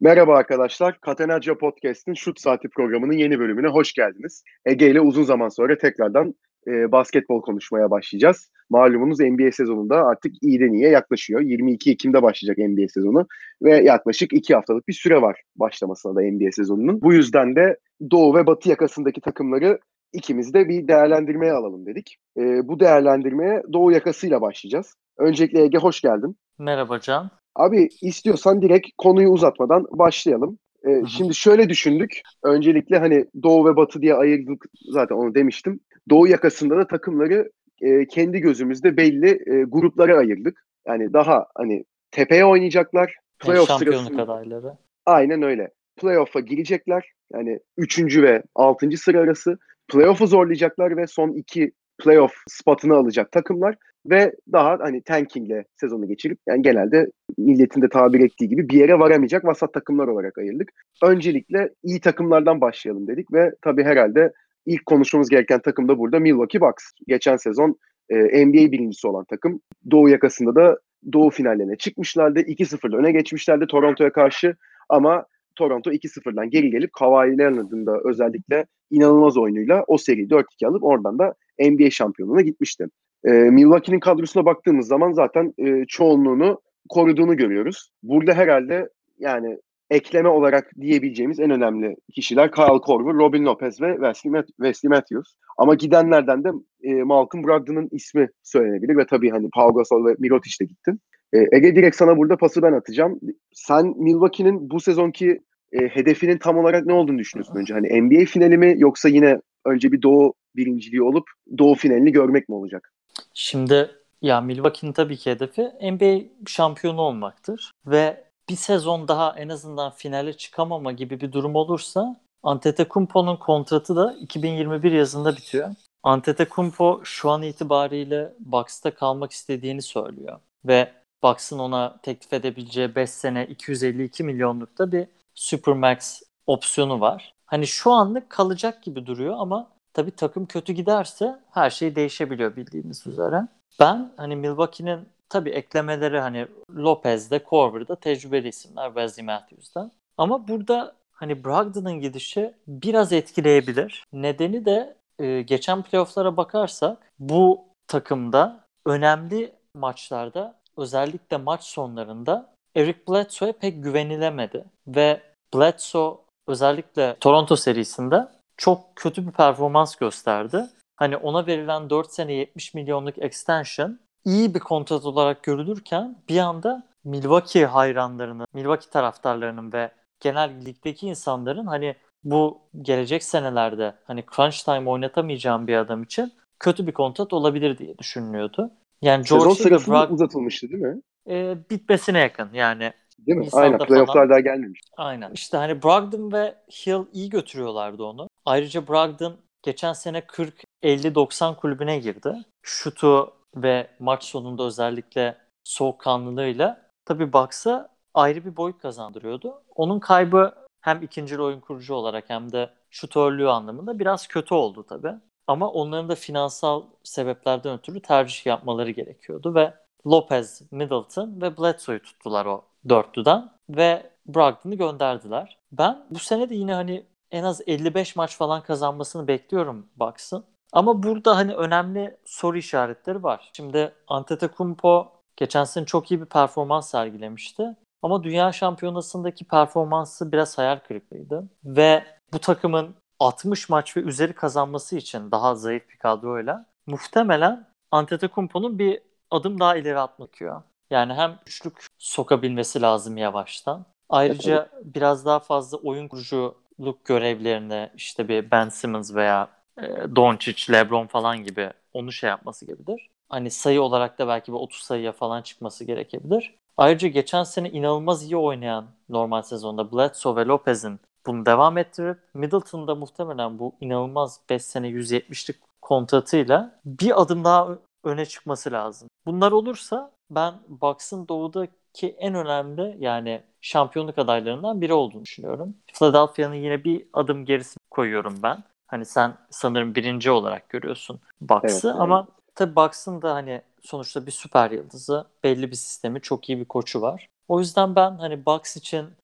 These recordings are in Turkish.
Merhaba arkadaşlar, Catenaccio Podcast'in Şut Saati programının yeni bölümüne hoş geldiniz. Ege ile uzun zaman sonra tekrardan basketbol konuşmaya başlayacağız. Malumunuz NBA sezonunda artık iyiden iyiye yaklaşıyor. 22 Ekim'de başlayacak NBA sezonu ve yaklaşık 2 haftalık bir süre var başlamasına da NBA sezonunun. Bu yüzden de Doğu ve Batı yakasındaki takımları ikimiz de bir değerlendirmeye alalım dedik. Bu değerlendirmeye Doğu yakasıyla başlayacağız. Öncelikle Ege hoş geldin. Merhaba Can. Abi istiyorsan direkt konuyu uzatmadan başlayalım. Hı hı. Şimdi şöyle düşündük. Öncelikle hani Doğu ve Batı diye ayırdık, zaten onu demiştim. Doğu yakasında da takımları kendi gözümüzde belli gruplara ayırdık. Yani daha hani tepeye oynayacaklar. Yani Playoff şampiyonluk sırasında adayları. aynen öyle. Playoff'a girecekler. Yani üçüncü ve altıncı sıra arası. Playoff'u zorlayacaklar ve son iki playoff spotunu alacak takımlar. Ve daha hani tankingle sezonu geçirip yani genelde milletin de tabir ettiği gibi bir yere varamayacak vasat takımlar olarak ayırdık. Öncelikle iyi takımlardan başlayalım dedik ve tabii herhalde ilk konuşmamız gereken takım da burada Milwaukee Bucks. Geçen sezon NBA birincisi olan takım. Doğu yakasında da Doğu finallerine çıkmışlardı. 2-0'da öne geçmişlerdi Toronto'ya karşı. Ama Toronto 2-0'dan geri gelip Kawhi Leonard'ın da özellikle inanılmaz oyunuyla o seriyi 4-2 alıp oradan da NBA şampiyonluğuna gitmişti. Milwaukee'nin kadrosuna baktığımız zaman zaten çoğunluğunu koruduğunu görüyoruz. Burada herhalde yani ekleme olarak diyebileceğimiz en önemli kişiler Kyle Korver, Robin Lopez ve Wesley Matthews. Ama gidenlerden de Malcolm Brogdon'ın ismi söylenebilir ve tabii hani Pau Gasol ve Mirotic de gitti. Ege, direkt sana burada pası ben atacağım. Sen Milwaukee'nin bu sezonki hedefinin tam olarak ne olduğunu düşünüyorsun önce? Hani NBA finali mi yoksa yine önce bir Doğu birinciliği olup Doğu finalini görmek mi olacak? Şimdi ya Milwaukee'nin tabii ki hedefi NBA şampiyonu olmaktır. Ve bir sezon daha en azından finale çıkamama gibi bir durum olursa Antetokounmpo'nun kontratı da 2021 yazında bitiyor. Antetokounmpo şu an itibariyle Bucks'ta kalmak istediğini söylüyor. Ve Bucks'ın ona teklif edebileceği 5 sene 252 milyonlukta bir Supermax opsiyonu var. Hani şu anlık kalacak gibi duruyor ama tabii takım kötü giderse her şey değişebiliyor bildiğimiz üzere. Ben hani Milwaukee'nin tabii eklemeleri hani Lopez'de, Korver'da tecrübeli isimler, Wesley Matthews'da. Ama burada hani Brogdon'ın gidişi biraz etkileyebilir. Nedeni de geçen playoff'lara bakarsak bu takımda önemli maçlarda özellikle maç sonlarında Eric Bledsoe'ya pek güvenilemedi. Ve Bledsoe özellikle Toronto serisinde çok kötü bir performans gösterdi. Hani ona verilen 4 sene 70 milyonluk extension iyi bir kontrat olarak görülürken bir anda Milwaukee hayranlarının, Milwaukee taraftarlarının ve genel ligdeki insanların hani bu gelecek senelerde hani crunch time oynatamayacağım bir adam için kötü bir kontrat olabilir diye düşünülüyordu. Yani Sezon George Hill ve sırasında Brog uzatılmıştı değil mi? bitmesine yakın yani Değil mi? Aynen. Nisan'da Playoff'lar falan. daha gelmemiş. Aynen. İşte hani Brogdon ve Hill iyi götürüyorlardı onu. Ayrıca Brogdon geçen sene 40-50-90 kulübüne girdi. Şutu ve maç sonunda özellikle soğukkanlılığıyla tabii Bucks'a ayrı bir boyut kazandırıyordu. Onun kaybı hem ikinci oyun kurucu olarak hem de şutörlüğü anlamında biraz kötü oldu tabii. Ama onların da finansal sebeplerden ötürü tercih yapmaları gerekiyordu ve Lopez, Middleton ve Bledsoe'yu tuttular o dörtlüden ve Brogdon'u gönderdiler. Ben bu sene de yine hani en az 55 maç falan kazanmasını bekliyorum Bucks'ın. Ama burada hani önemli soru işaretleri var. Şimdi Antetokounmpo geçen sene çok iyi bir performans sergilemişti. Ama Dünya Şampiyonası'ndaki performansı biraz hayal kırıklığıydı. Ve bu takımın 60 maç ve üzeri kazanması için daha zayıf bir kadroyla muhtemelen Antetokounmpo'nun bir adım daha ileri atmak gerekiyor. Yani hem üçlük sokabilmesi lazım yavaştan. Tabii. Ayrıca biraz daha fazla oyun kuruculuk görevlerine işte bir Ben Simmons veya Doncic, LeBron falan gibi onu şey yapması gerekebilir. Hani sayı olarak da belki bir 30 sayıya falan çıkması gerekebilir. Ayrıca geçen sene inanılmaz iyi oynayan normal sezonda Bledsoe ve Lopez'in bunu devam ettirip Middleton'da muhtemelen bu inanılmaz 5 sene 170'lik kontratıyla bir adım daha öne çıkması lazım. Bunlar olursa ben Bucks'ın doğudaki en önemli yani şampiyonluk adaylarından biri olduğunu düşünüyorum. Philadelphia'nın yine bir adım gerisine koyuyorum ben. Hani sen sanırım birinci olarak görüyorsun Evet Bucks'ı yani. ama tabii Bucks'ın da hani sonuçta bir süper yıldızı, belli bir sistemi, çok iyi bir koçu var. O yüzden ben hani Bucks için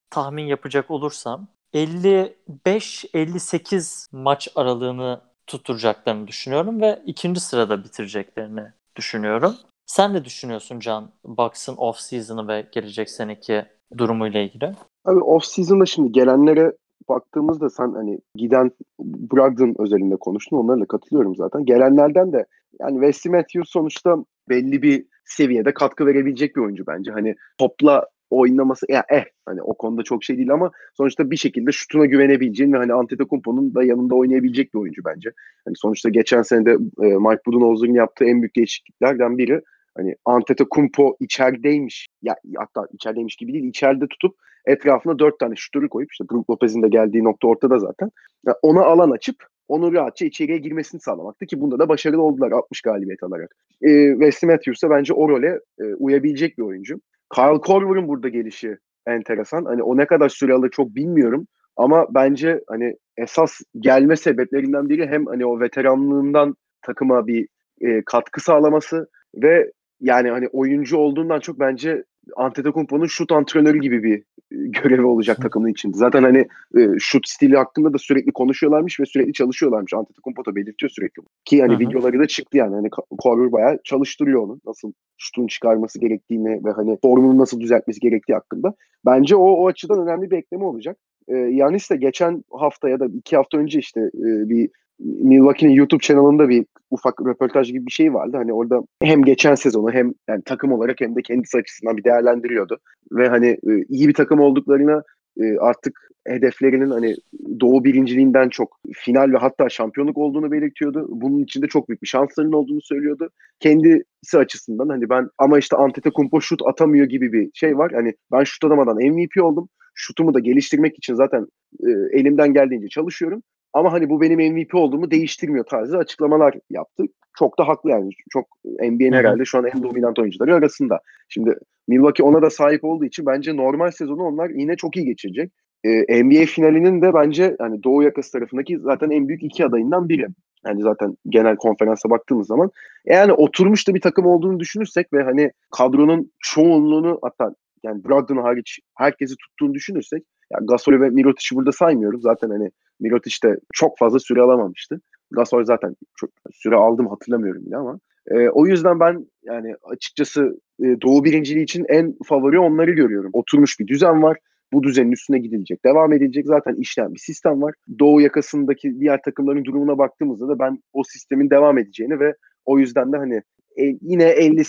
tahmin yapacak olursam 55-58 maç aralığını tutturacaklarını düşünüyorum ve ikinci sırada bitireceklerini düşünüyorum. Sen ne düşünüyorsun Can, Bucks'ın off-season'ı ve gelecek seneki durumuyla ilgili? Abi off-season'da şimdi gelenlere baktığımızda sen hani giden Brogdon özelinde konuştun. Onlarla katılıyorum zaten. Gelenlerden de yani Wesley Matthews sonuçta belli bir seviyede katkı verebilecek bir oyuncu bence. Hani topla oynaması hani o konuda çok şey değil ama sonuçta bir şekilde şutuna güvenebileceğin ve hani Antetokounmpo'nun da yanında oynayabilecek bir oyuncu bence. Hani sonuçta geçen sene de Mike Budenholzer'ın yaptığı en büyük değişikliklerden biri hani Antetokounmpo içerideymiş ya hatta içerideymiş gibi değil içeride tutup etrafına 4 tane şutörü koyup işte Brook Lopez'in de geldiği nokta ortada zaten. Yani ona alan açıp onu rahatça içeriye girmesini sağlamaktı ki bunda da başarılı oldular 60 galibiyet alarak. Wesley Matthews da bence o role uyabilecek bir oyuncu. Kyle Korver'ın burada gelişi enteresan. Hani o ne kadar süre alır çok bilmiyorum. Ama bence hani esas gelme sebeplerinden biri hem hani o veteranlığından takıma bir katkı sağlaması ve yani hani oyuncu olduğundan çok bence Antetokounmpo'nun şut antrenörü gibi bir görevi olacak takımın içinde. Zaten hani şut stili hakkında da sürekli konuşuyorlarmış ve sürekli çalışıyorlarmış. Antetokounmpo da belirtiyor sürekli. Ki Hı hani hı. videoları da çıktı yani. Hani Korver bayağı çalıştırıyor onu. Nasıl şutun çıkarması gerektiğini ve hani formunu nasıl düzeltmesi gerektiği hakkında. Bence o açıdan önemli bir ekleme olacak. Yanis de geçen hafta ya da 2 hafta önce işte bir Milwaukee'nin YouTube kanalında bir ufak röportaj gibi bir şey vardı. Hani orada hem geçen sezonu hem yani takım olarak hem de kendisi açısından bir değerlendiriyordu. Ve hani iyi bir takım olduklarına artık hedeflerinin hani Doğu birinciliğinden çok final ve hatta şampiyonluk olduğunu belirtiyordu. Bunun içinde çok büyük bir şanslarının olduğunu söylüyordu. Kendisi açısından hani ben ama işte Antetokounmpo şut atamıyor gibi bir şey var. Hani ben şut atamadan MVP oldum. Şutumu da geliştirmek için zaten elimden geldiğince çalışıyorum. Ama hani bu benim MVP olduğumu değiştirmiyor tarzı açıklamalar yaptı. Çok da haklı yani. Çok NBA'nin Hı hı. herhalde şu an en dominant oyuncuları arasında. Şimdi Milwaukee ona da sahip olduğu için bence normal sezonu onlar yine çok iyi geçirecek. NBA finalinin de bence hani Doğu yakası tarafındaki zaten en büyük 2 adayından biri. Yani zaten genel konferansa baktığımız zaman yani oturmuş da bir takım olduğunu düşünürsek ve hani kadronun çoğunluğunu hatta yani Brogdon hariç herkesi tuttuğunu düşünürsek yani Gasol ve Mirotic'i burada saymıyorum. Zaten hani Mirotic de çok fazla süre alamamıştı. Gasol zaten çok süre aldım hatırlamıyorum bile ama. O yüzden ben yani açıkçası Doğu birinciliği için en favori onları görüyorum. Oturmuş bir düzen var. Bu düzenin üstüne gidilecek, devam edilecek. Zaten işleyen bir sistem var. Doğu yakasındaki diğer takımların durumuna baktığımızda da ben o sistemin devam edeceğini ve o yüzden de hani yine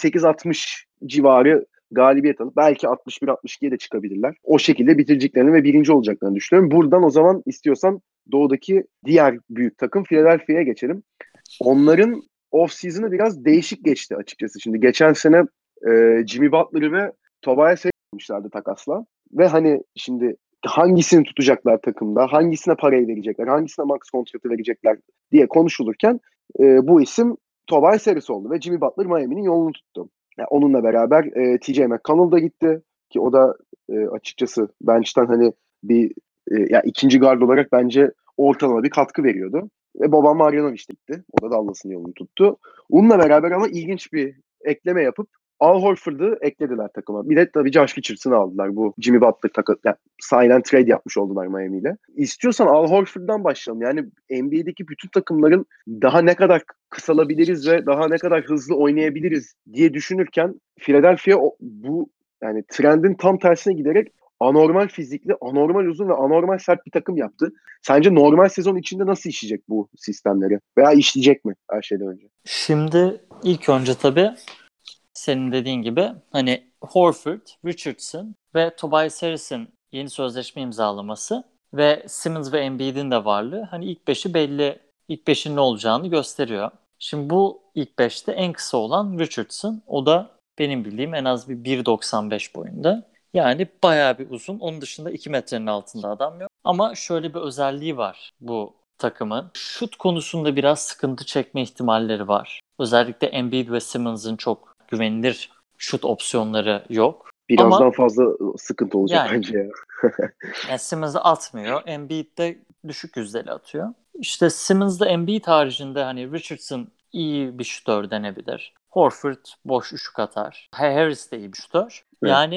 58-60 civarı galibiyet alıp belki 61-62'ye de çıkabilirler. O şekilde bitireceklerini ve birinci olacaklarını düşünüyorum. Buradan o zaman istiyorsan Doğu'daki diğer büyük takım Philadelphia'ya geçelim. Onların off-season'ı biraz değişik geçti açıkçası. Şimdi geçen sene Jimmy Butler'ı ve Tobias'ı yapmışlardı takasla. Ve hani şimdi hangisini tutacaklar takımda, hangisine parayı verecekler, hangisine max kontratı verecekler diye konuşulurken bu isim Tobias Harris oldu ve Jimmy Butler Miami'nin yolunu tuttu. Yani onunla beraber TJ McConnell da gitti ki o da açıkçası bench'ten hani bir ya ikinci guard olarak bence ortalama bir katkı veriyordu. Ve Boban Marjanovic gitti. O da Dallas'ın yolunu tuttu. Onunla beraber ama ilginç bir ekleme yapıp Al Horford'u eklediler takıma. Bir de tabii Josh Richardson'ı aldılar. Bu Jimmy Butler yani sign and trade yapmış oldular Miami ile. İstiyorsan Al Horford'dan başlayalım. Yani NBA'deki bütün takımların daha ne kadar kısalabiliriz ve daha ne kadar hızlı oynayabiliriz diye düşünürken Philadelphia bu yani trendin tam tersine giderek anormal fizikli, anormal uzun ve anormal sert bir takım yaptı. Sence normal sezon içinde nasıl işleyecek bu sistemleri? Veya işleyecek mi her şeyden önce? Şimdi ilk önce tabii senin dediğin gibi hani Horford, Richardson ve Tobias Harris'in yeni sözleşme imzalaması ve Simmons ve Embiid'in de varlığı hani ilk beşi belli, ilk beşin ne olacağını gösteriyor. Şimdi bu ilk beşte en kısa olan Richardson. O da benim bildiğim en az bir 1.95 boyunda. Yani bayağı bir uzun. Onun dışında 2 metrenin altında adam yok. Ama şöyle bir özelliği var bu takımın. Şut konusunda biraz sıkıntı çekme ihtimalleri var. Özellikle Embiid ve Simmons'ın çok güvenilir şut opsiyonları yok. Birazdan Ama fazla sıkıntı olacak yani, bence ya. yani Simmons atmıyor. Embiid de düşük yüzdeli atıyor. İşte Simmons'da Embiid haricinde hani Richardson iyi bir şutör denebilir. Horford boş üçlük atar. Harris de iyi bir şutör. Evet. Yani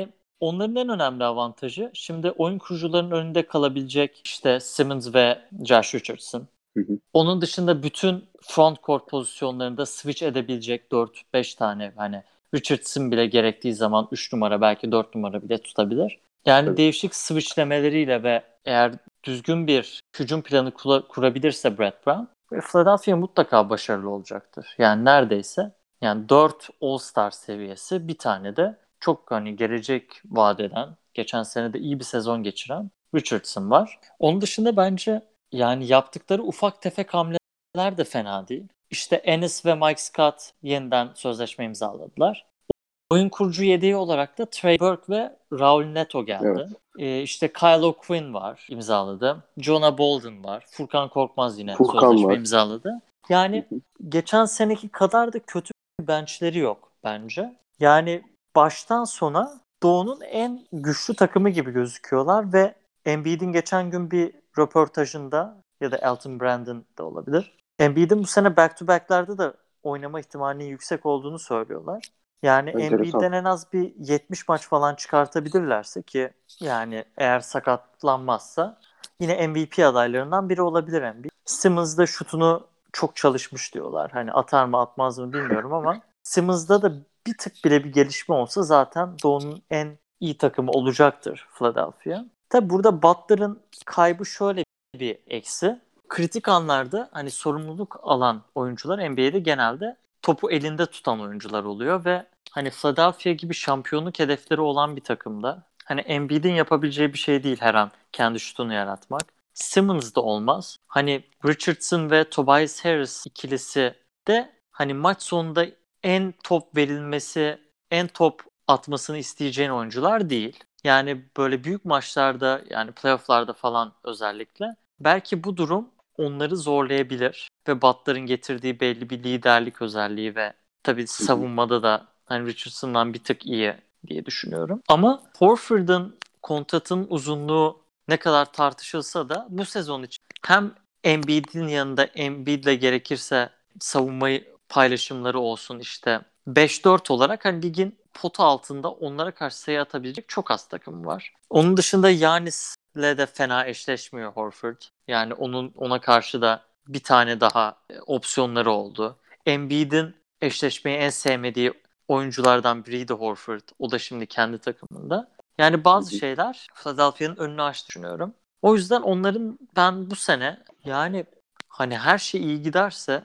onların en önemli avantajı şimdi oyun kurucularının önünde kalabilecek işte Simmons ve Josh Richardson. Hı hı. Onun dışında bütün front court pozisyonlarında switch edebilecek 4-5 tane, hani Richardson bile gerektiği zaman 3 numara belki 4 numara bile tutabilir. Yani Evet. değişik switchlemeleriyle ve eğer düzgün bir hücum planı kurabilirse Brett Brown, Philadelphia mutlaka başarılı olacaktır. Yani neredeyse yani 4 All-Star seviyesi, bir tane de çok hani gelecek vadeden, geçen sene de iyi bir sezon geçiren Richardson var. Onun dışında bence yani yaptıkları ufak tefek hamleler de fena değil. İşte Ennis ve Mike Scott yeniden sözleşme imzaladılar. Oyun kurucu yedeği olarak da Trey Burke ve Raul Neto geldi. Evet. İşte Kyle O'Quinn var, imzaladı. Jonah Bolden var. Furkan Korkmaz yine Furkan sözleşme var. imzaladı. Hı Yani hı. geçen seneki kadar da kötü bir benchleri yok bence. Yani baştan sona Doğu'nun en güçlü takımı gibi gözüküyorlar ve Embiid'in geçen gün bir röportajında, ya da Elton Brandon da olabilir, Embiid'in bu sene back to back'lerde de oynama ihtimalinin yüksek olduğunu söylüyorlar. Yani Enteresan. Embiid'den en az bir 70 maç falan çıkartabilirlerse, ki yani eğer sakatlanmazsa yine MVP adaylarından biri olabilir Embiid. Simmons da şutunu çok çalışmış diyorlar. Hani atar mı atmaz mı bilmiyorum ama Simmons'da da bir tık bile bir gelişme olsa zaten Doğu'nun en iyi takımı olacaktır Philadelphia. Tabi burada Butler'ın kaybı şöyle bir eksi. Kritik anlarda hani sorumluluk alan oyuncular NBA'de genelde topu elinde tutan oyuncular oluyor ve hani Philadelphia gibi şampiyonluk hedefleri olan bir takımda hani Embiid'in yapabileceği bir şey değil her an kendi şutunu yaratmak. Simmons da olmaz. Hani Richardson ve Tobias Harris ikilisi de hani maç sonunda en top verilmesi, en top atmasını isteyeceğin oyuncular değil. Yani böyle büyük maçlarda, yani playofflarda falan özellikle belki bu durum onları zorlayabilir ve Butler'ın getirdiği belli bir liderlik özelliği ve tabii Hı hı. savunmada da hani Richardson'dan bir tık iyi diye düşünüyorum. Ama Horford'un kontratın uzunluğu ne kadar tartışılsa da bu sezon için hem Embiid'in yanında Embiid'le gerekirse savunmayı paylaşımları olsun, işte 5-4 olarak hani ligin potu altında onlara karşı sayı atabilecek çok az takım var. Onun dışında Giannis'le de fena eşleşmiyor Horford. Yani ona karşı da bir tane daha opsiyonları oldu. Embiid'in eşleşmeyi en sevmediği oyunculardan biriydi Horford. O da şimdi kendi takımında. Yani Hı bazı hı. şeyler Philadelphia'nın önünü açtı düşünüyorum. O yüzden onların ben bu sene yani hani her şey iyi giderse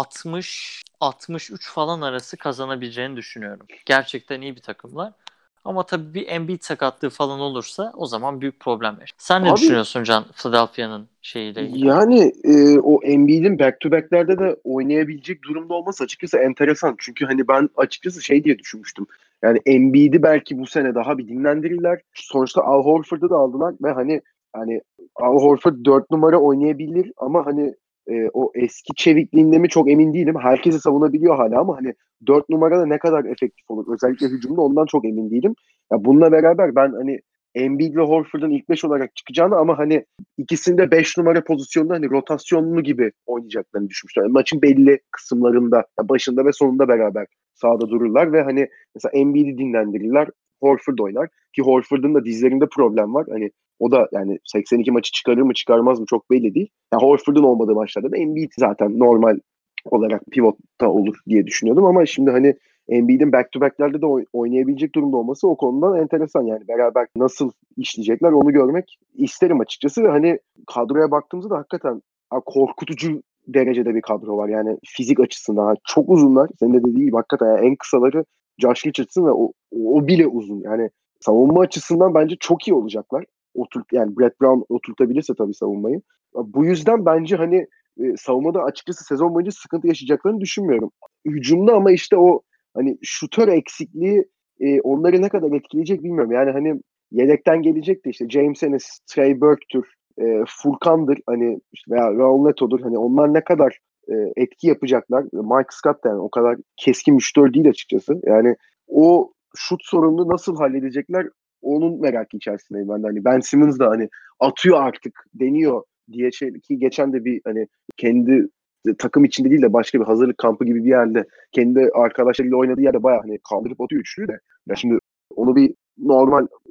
60-63 falan arası kazanabileceğini düşünüyorum. Gerçekten iyi bir takımlar. Ama tabii bir Embiid sakatlığı falan olursa o zaman büyük problem yaşar. Sen ne Abi düşünüyorsun Can, Philadelphia'nın şeyiyle ilgili? yani o Embiid'in back to back'lerde de oynayabilecek durumda olması açıkçası enteresan. Çünkü hani ben açıkçası şey diye düşünmüştüm. Yani Embiid'i belki bu sene daha bir dinlendirirler. Sonuçta Al Horford'u da aldılar ve hani Al Horford 4 numara oynayabilir ama hani o eski çevikliğinde mi çok emin değilim. Herkesi savunabiliyor hala ama hani 4 numarada ne kadar efektif olur? Özellikle hücumda ondan çok emin değilim. Ya bununla beraber ben hani Embiid ve Horford'un ilk 5 olarak çıkacağını ama hani İkisinde 5 numara pozisyonda hani rotasyonlu gibi oynayacaklarını düşünmüşler. Yani maçın belli kısımlarında, yani başında ve sonunda beraber sahada dururlar ve hani mesela Embiid'i dinlendirirler, Horford oynar ki Horford'un da dizlerinde problem var. Hani o da yani 82 maçı çıkarır mı çıkarmaz mı çok belli değil. Yani Horford'un olmadığı maçlarda da Embiid zaten normal olarak pivotta olur diye düşünüyordum ama şimdi hani Embiid'in back to back'lerde de oynayabilecek durumda olması o konudan enteresan. Yani beraber nasıl işleyecekler onu görmek isterim açıkçası ve hani kadroya baktığımızda da hakikaten korkutucu derecede bir kadro var. Yani fizik açısından çok uzunlar. Senin de dediğin gibi hakikaten yani en kısaları Josh Richardson ve o bile uzun. Yani savunma açısından bence çok iyi olacaklar. Yani Brett Brown oturtabilirse tabii savunmayı. Bu yüzden bence hani savunmada açıkçası sezon boyunca sıkıntı yaşayacaklarını düşünmüyorum. Hücumda ama işte o hani şutör eksikliği onları ne kadar etkileyecek bilmiyorum. Yani hani yedekten gelecek de işte James Ennis, Trey Burke'tür, Furkan'dır hani işte veya Raul Neto'dur. Hani onlar ne kadar etki yapacaklar. Mike Scott da yani o kadar keskin bir şutör değil açıkçası. Yani o şut sorununu nasıl halledecekler onun merakı içerisindeyim ben de. Hani Ben Simmons da hani atıyor artık deniyor diye şey ki geçen de bir hani kendi takım içinde değil de başka bir hazırlık kampı gibi bir yerde kendi arkadaşlarıyla oynadığı yerde bayağı hani kaldırıp atıyor üçlüyü de. Ya şimdi onu bir normal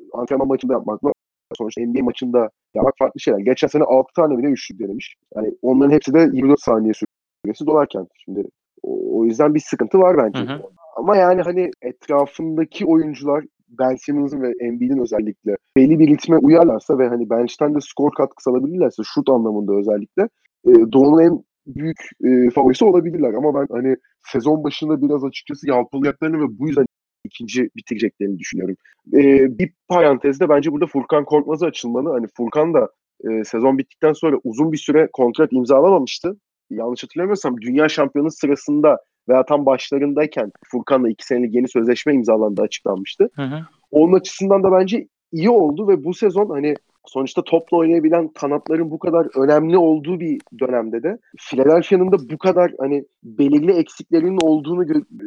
antrenman maçında yapmakla sonuçta NBA maçında yapmak farklı şeyler. Geçen sene 6 tane bile üçlük denemiş. Yani onların hepsi de 24 saniye süresi dolarken. Şimdi o yüzden bir sıkıntı var bence. Hı hı. Ama yani hani etrafındaki oyuncular Ben Simmons'ın ve Embiid'in özellikle belli bir ritme uyarlarsa ve hani bench'ten de skor katkısı alabilirlerse şut anlamında özellikle Doğu'nun en büyük favorisi olabilirler. Ama ben hani sezon başında biraz açıkçası yalpalayacaklarını ve bu yüzden ikinci bitireceklerini düşünüyorum. Bir parantezde bence burada Furkan Korkmaz'a açılmalı. Hani Furkan da sezon bittikten sonra uzun bir süre kontrat imzalamamıştı. Yanlış hatırlamıyorsam dünya şampiyonu sırasında veya tam başlarındayken Furkan'la 2 senelik yeni sözleşme imzalandığı açıklanmıştı. Hı hı. Onun açısından da bence iyi oldu ve bu sezon hani sonuçta topla oynayabilen kanatların bu kadar önemli olduğu bir dönemde de Philadelphia'nın da bu kadar hani belirli eksiklerinin olduğunu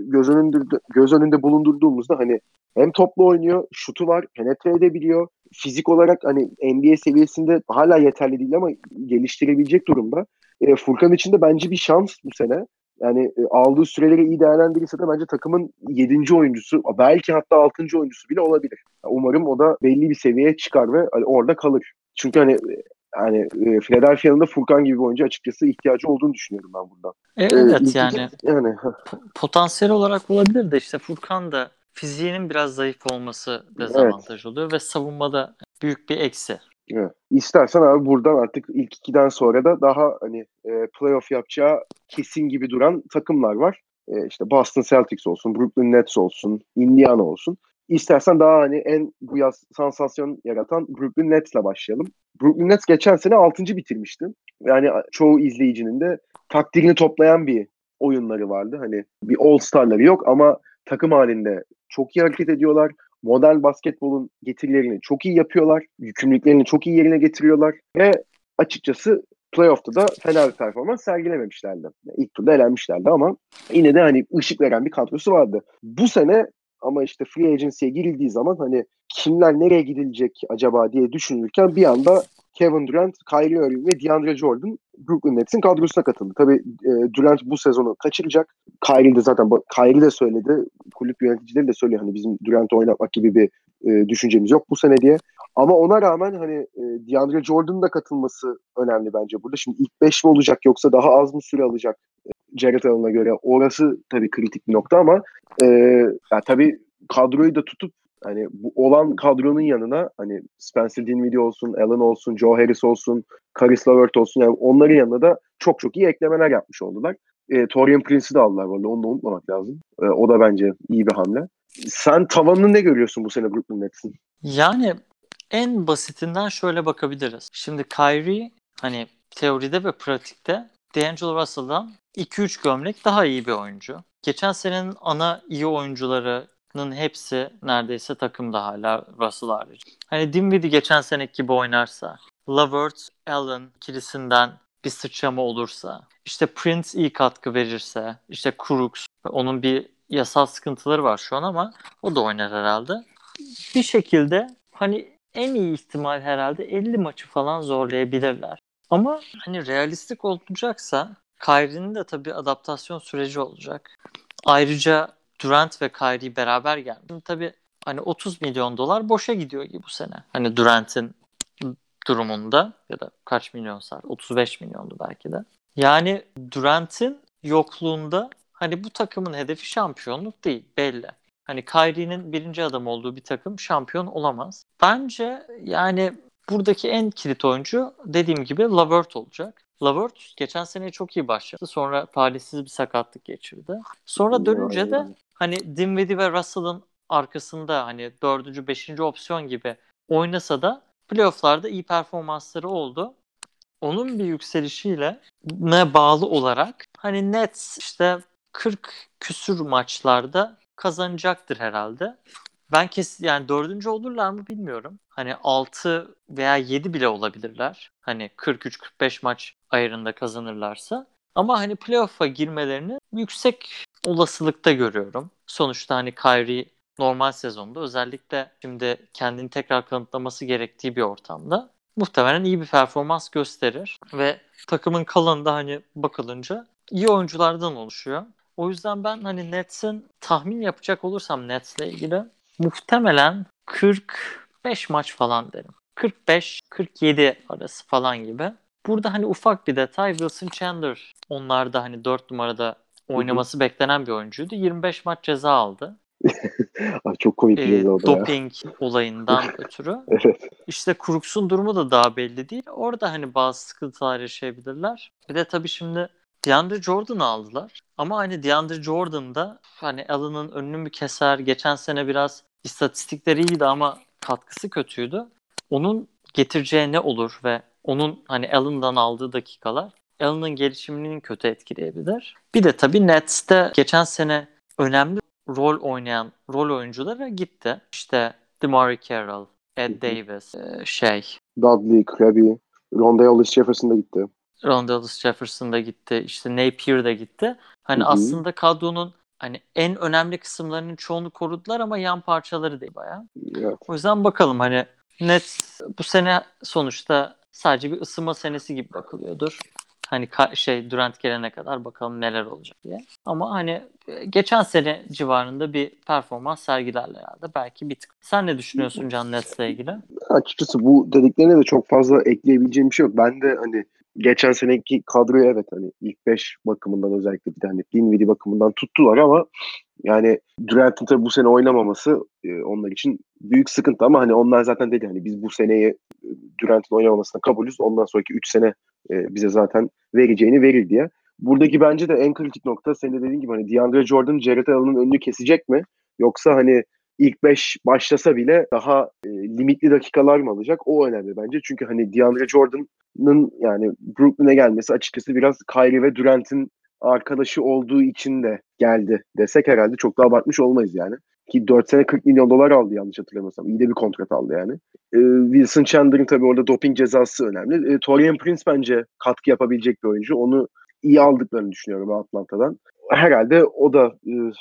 göz önünde bulundurduğumuzda hani hem topla oynuyor, şutu var, penetre edebiliyor. Fizik olarak hani NBA seviyesinde hala yeterli değil ama geliştirebilecek durumda. Furkan için de bence bir şans bu sene. Yani aldığı süreleri iyi değerlendirirse de bence takımın 7. oyuncusu, belki hatta 6. oyuncusu bile olabilir. Umarım o da belli bir seviyeye çıkar ve hani orada kalır. Çünkü Philadelphia'nın da Furkan gibi bir oyuncu açıkçası ihtiyacı olduğunu düşünüyorum ben burada. Evet İlk iki yani yani potansiyel olarak olabilir de işte Furkan da fiziğinin biraz zayıf olması evet. dezavantaj oluyor ve savunmada büyük bir eksi. Evet. İstersen abi buradan artık ilk ikiden sonra da daha hani playoff yapacağı kesin gibi duran takımlar var. İşte Boston Celtics olsun, Brooklyn Nets olsun, Indiana olsun. İstersen daha hani bu yaz sansasyon yaratan Brooklyn Nets'le başlayalım. Brooklyn Nets geçen sene 6. bitirmişti. Yani çoğu izleyicinin de takdirini toplayan bir oyunları vardı. Hani bir All-Star'ları yok ama takım halinde çok iyi hareket ediyorlar. Modern basketbolun getirilerini çok iyi yapıyorlar. Yükümlülüklerini çok iyi yerine getiriyorlar. Ve açıkçası playoff'ta da fena bir performans sergilememişlerdi. Yani ilk turda elenmişlerdi ama yine de hani ışık veren bir kadrosu vardı. Bu sene ama işte free agency'ye girildiği zaman hani kimler nereye gidilecek acaba diye düşünülürken bir anda Kevin Durant, Kyrie Irving ve DeAndre Jordan Brooklyn Nets'in kadrosuna katıldı. Tabii Durant bu sezonu kaçıracak. Kyrie de söyledi. Kulüp yöneticileri de söylüyor hani bizim Durant'ı oynatmak gibi bir düşüncemiz yok bu sene diye. Ama ona rağmen hani DeAndre Jordan'ın da katılması önemli bence burada. Şimdi ilk 5 mi olacak yoksa daha az mı süre alacak Jared Allen'a göre? Orası tabii kritik bir nokta ama ya tabii kadroyu da tutup hani bu olan kadronun yanına hani Spencer Dinwiddie olsun, Allen olsun, Joe Harris olsun, Caris LeVert olsun yani onların yanına da çok çok iyi eklemeler yapmış oldular. Torian Prince'i de aldılar vallahi onu da unutmamak lazım. O da bence iyi bir hamle. Sen tavanını ne görüyorsun bu sene Brooklyn Nets'in? Yani en basitinden şöyle bakabiliriz. Şimdi Kyrie hani teoride ve pratikte D'Angelo Russell'dan 2-3 gömlek daha iyi bir oyuncu. Geçen senenin ana iyi oyuncularının hepsi neredeyse takımda hala Russell hariç. Hani Dinwiddie geçen seneki gibi oynarsa, LeVert, Allen ikilisinden bir sıçrama olursa, işte Prince iyi katkı verirse, işte Crooks, onun bir yasal sıkıntıları var şu an ama o da oynar herhalde. Bir şekilde hani en iyi ihtimal herhalde 50 maçı falan zorlayabilirler. Ama hani realistik olacaksa Kyrie'nin de tabii adaptasyon süreci olacak. Ayrıca Durant ve Kyrie beraber geldi. Şimdi tabii hani 30 milyon dolar boşa gidiyor gibi bu sene. Hani Durant'in durumunda ya da kaç milyonsa 35 milyondu belki de. Yani Durant'in yokluğunda hani bu takımın hedefi şampiyonluk değil belli. Hani Kyrie'nin birinci adam olduğu bir takım şampiyon olamaz. Bence yani buradaki en kilit oyuncu dediğim gibi LeVert olacak. LeVert geçen sene çok iyi başladı. Sonra talihsiz bir sakatlık geçirdi. Sonra dönünce de hani Dinwiddie ve Russell'ın arkasında hani dördüncü, beşinci opsiyon gibi oynasa da playoff'larda iyi performansları oldu. Onun bir yükselişiyle ne bağlı olarak hani Nets işte 40 küsür maçlarda kazanacaktır herhalde. Ben yani dördüncü olurlar mı bilmiyorum. Hani 6 veya 7 bile olabilirler. Hani 43-45 maç ayarında kazanırlarsa. Ama hani playoff'a girmelerini yüksek olasılıkta görüyorum. Sonuçta hani Kyrie normal sezonda özellikle şimdi kendini tekrar kanıtlaması gerektiği bir ortamda muhtemelen iyi bir performans gösterir ve takımın kalanı da hani bakılınca iyi oyunculardan oluşuyor. O yüzden ben hani Nets'in tahmin yapacak olursam Nets'le ilgili muhtemelen 40 45 maç falan derim. 45-47 arası falan gibi. Burada hani ufak bir detay, Wilson Chandler onlarda hani 4 numarada Hı hı. oynaması beklenen bir oyuncuydu. 25 maç ceza aldı. Ay, çok komik bir ceza o da ya. Doping olayından ötürü. Evet. İşte Crooks'un durumu da daha belli değil. Orada hani bazı sıkıntılar yaşayabilirler. Bir de tabii şimdi DeAndre Jordan'ı aldılar. Ama hani DeAndre Jordan da hani Allen'ın önünü mü keser? Geçen sene biraz istatistikleri iyiydi ama katkısı kötüydü. Onun getireceği ne olur ve onun hani Allen'dan aldığı dakikalar Allen'ın gelişimini kötü etkileyebilir. Bir de tabii Nets'te geçen sene önemli rol oynayan rol oyuncuları gitti. İşte DeMar Carroll, Hı Ed hı. Davis, Dudley, Krabi, Rondae Hollis Jefferson da gitti. Rondale Jefferson da gitti, işte Napier de gitti. Hı Hani hı. aslında kadronun hani en önemli kısımlarının çoğunu korudular ama yan parçaları değil bayağı. Evet. O yüzden bakalım hani Nets bu sene sonuçta sadece bir ısınma senesi gibi bakılıyordur. Hani Durant gelene kadar bakalım neler olacak diye. Ama hani geçen sene civarında bir performans sergilerler herhalde. Belki bir tık. Sen ne düşünüyorsun Can Nets'le ilgili? Açıkçası bu dediklerine de çok fazla ekleyebileceğim bir şey yok. Ben de hani geçen seneki kadroyu evet hani ilk 5 bakımından özellikle bir de hani Dinwiddie bakımından tuttular ama yani Durant'in tabii bu sene oynamaması onlar için büyük sıkıntı ama hani onlar zaten dedi hani biz bu seneyi Durant'in oynamamasına kabulüz. Ondan sonraki 3 sene bize zaten vereceğini verir diye. Buradaki bence de en kritik nokta senin de dediğin gibi hani DeAndre Jordan, Jared Allen'ın önünü kesecek mi? Yoksa hani ilk 5 başlasa bile daha limitli dakikalar mı alacak? O önemli bence. Çünkü hani DeAndre Jordan'ın yani Brooklyn'e gelmesi açıkçası biraz Kyrie ve Durant'in arkadaşı olduğu için de geldi desek herhalde çok da abartmış olmayız yani. Ki 4 sene 40 milyon dolar aldı yanlış hatırlamıyorsam. İyi de bir kontrat aldı yani. Wilson Chandler'ın tabii orada doping cezası önemli. Taurean Prince bence katkı yapabilecek bir oyuncu. Onu iyi aldıklarını düşünüyorum Atlanta'dan. Herhalde o da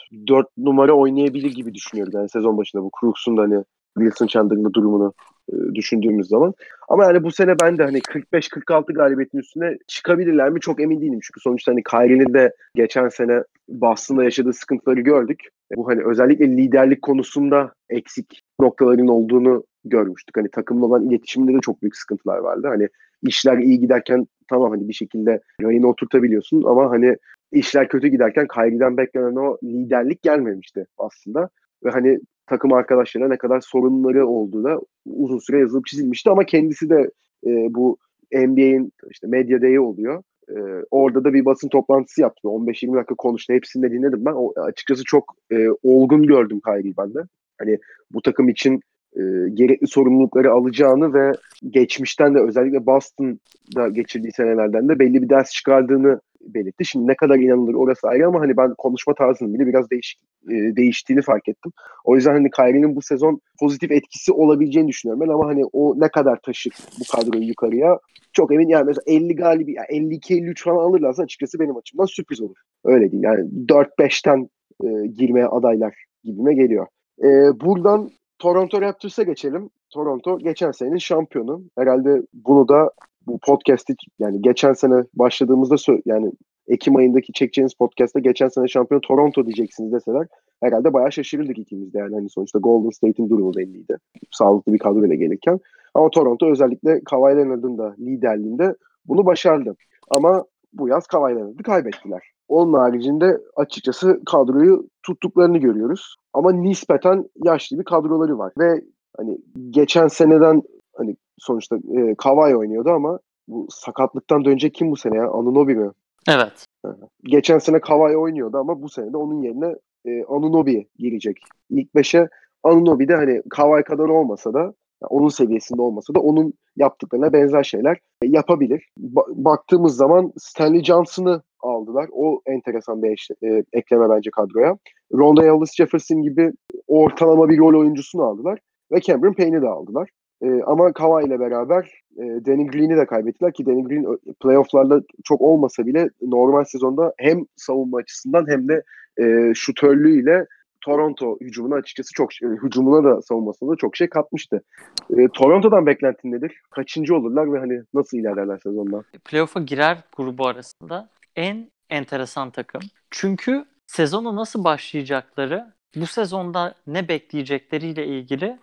4 numara oynayabilir gibi düşünüyorum yani sezon başında bu Crooks'un da hani Wilson Chandler'ın da durumunu düşündüğümüz zaman. Ama yani bu sene ben de hani 45-46 galibiyetin üstüne çıkabilirler mi çok emin değilim. Çünkü sonuçta hani Kyrie'nin de geçen sene Boston'da yaşadığı sıkıntıları gördük. Bu hani özellikle liderlik konusunda eksik noktaların olduğunu görmüştük. Hani takımla olan iletişiminde de çok büyük sıkıntılar vardı. Hani işler iyi giderken tamam hani bir şekilde rayını oturtabiliyorsun ama hani işler kötü giderken Kyrie'den beklenen o liderlik gelmemişti aslında. Ve hani takım arkadaşlarına ne kadar sorunları olduğu da uzun süre yazılıp çizilmişti ama kendisi de bu NBA'in işte medya day'i oluyor. Orada da bir basın toplantısı yaptı. 15-20 dakika konuştu. Hepsini de dinledim ben. Açıkçası çok olgun gördüm Kyrie'yi ben de. Hani bu takım için gerekli sorumlulukları alacağını ve geçmişten de özellikle Boston'da geçirdiği senelerden de belli bir ders çıkardığını belirtti. Şimdi ne kadar inanılır orası ayrı ama hani ben konuşma tarzının bile biraz değiştiğini fark ettim. O yüzden hani Kyrie'nin bu sezon pozitif etkisi olabileceğini düşünüyorum ben ama hani o ne kadar taşır bu kadroyu yukarıya çok emin yani mesela 50 galibi yani 52-53 falan alırlarsa açıkçası benim açımdan sürpriz olur. Öyle diyeyim yani 4-5'ten girmeye adaylar gibime geliyor. Buradan Toronto Raptors'a geçelim. Toronto geçen senenin şampiyonu. Herhalde bunu da bu podcast'i yani geçen sene başladığımızda yani Ekim ayındaki çekeceğiniz podcast'ta geçen sene şampiyon Toronto diyeceksiniz deseler herhalde bayağı şaşırırdık ikimiz de yani hani sonuçta Golden State'in durumu belliydi. Sağlıklı bir kadroyla gelirken. Ama Toronto özellikle Kawhi Leonard'ın da liderliğinde bunu başardı. Ama bu yaz Kawhi Leonard'ı kaybettiler. Onun haricinde açıkçası kadroyu tuttuklarını görüyoruz. Ama nispeten yaşlı bir kadroları var. Ve hani geçen seneden hani sonuçta Kawhi oynuyordu ama bu sakatlıktan dönecek kim bu sene ya? Anunoby mi? Evet. Geçen sene Kawhi oynuyordu ama bu sene de onun yerine Anunoby girecek. İlk 5'e Anunoby de hani Kawhi kadar olmasa da onun seviyesinde olmasa da onun yaptıklarına benzer şeyler yapabilir. Baktığımız zaman Stanley Johnson'ı aldılar. O enteresan bir ekleme bence kadroya. Rondae Hollis Jefferson gibi ortalama bir rol oyuncusunu aldılar. Ve Cameron Payne'i de aldılar. Ama Kawhi ile beraber Danny Green'i de kaybettiler ki Danny Green playoff'larda çok olmasa bile normal sezonda hem savunma açısından hem de şutörlüğüyle Toronto hücumuna açıkçası çok hücumuna da savunmasına da çok şey katmıştı. Toronto'dan beklentin nedir? Kaçıncı olurlar ve hani nasıl ilerlerler sezonda? Playoff'a girer grubu arasında en enteresan takım. Çünkü sezona nasıl başlayacakları, bu sezonda ne bekleyecekleriyle ilgili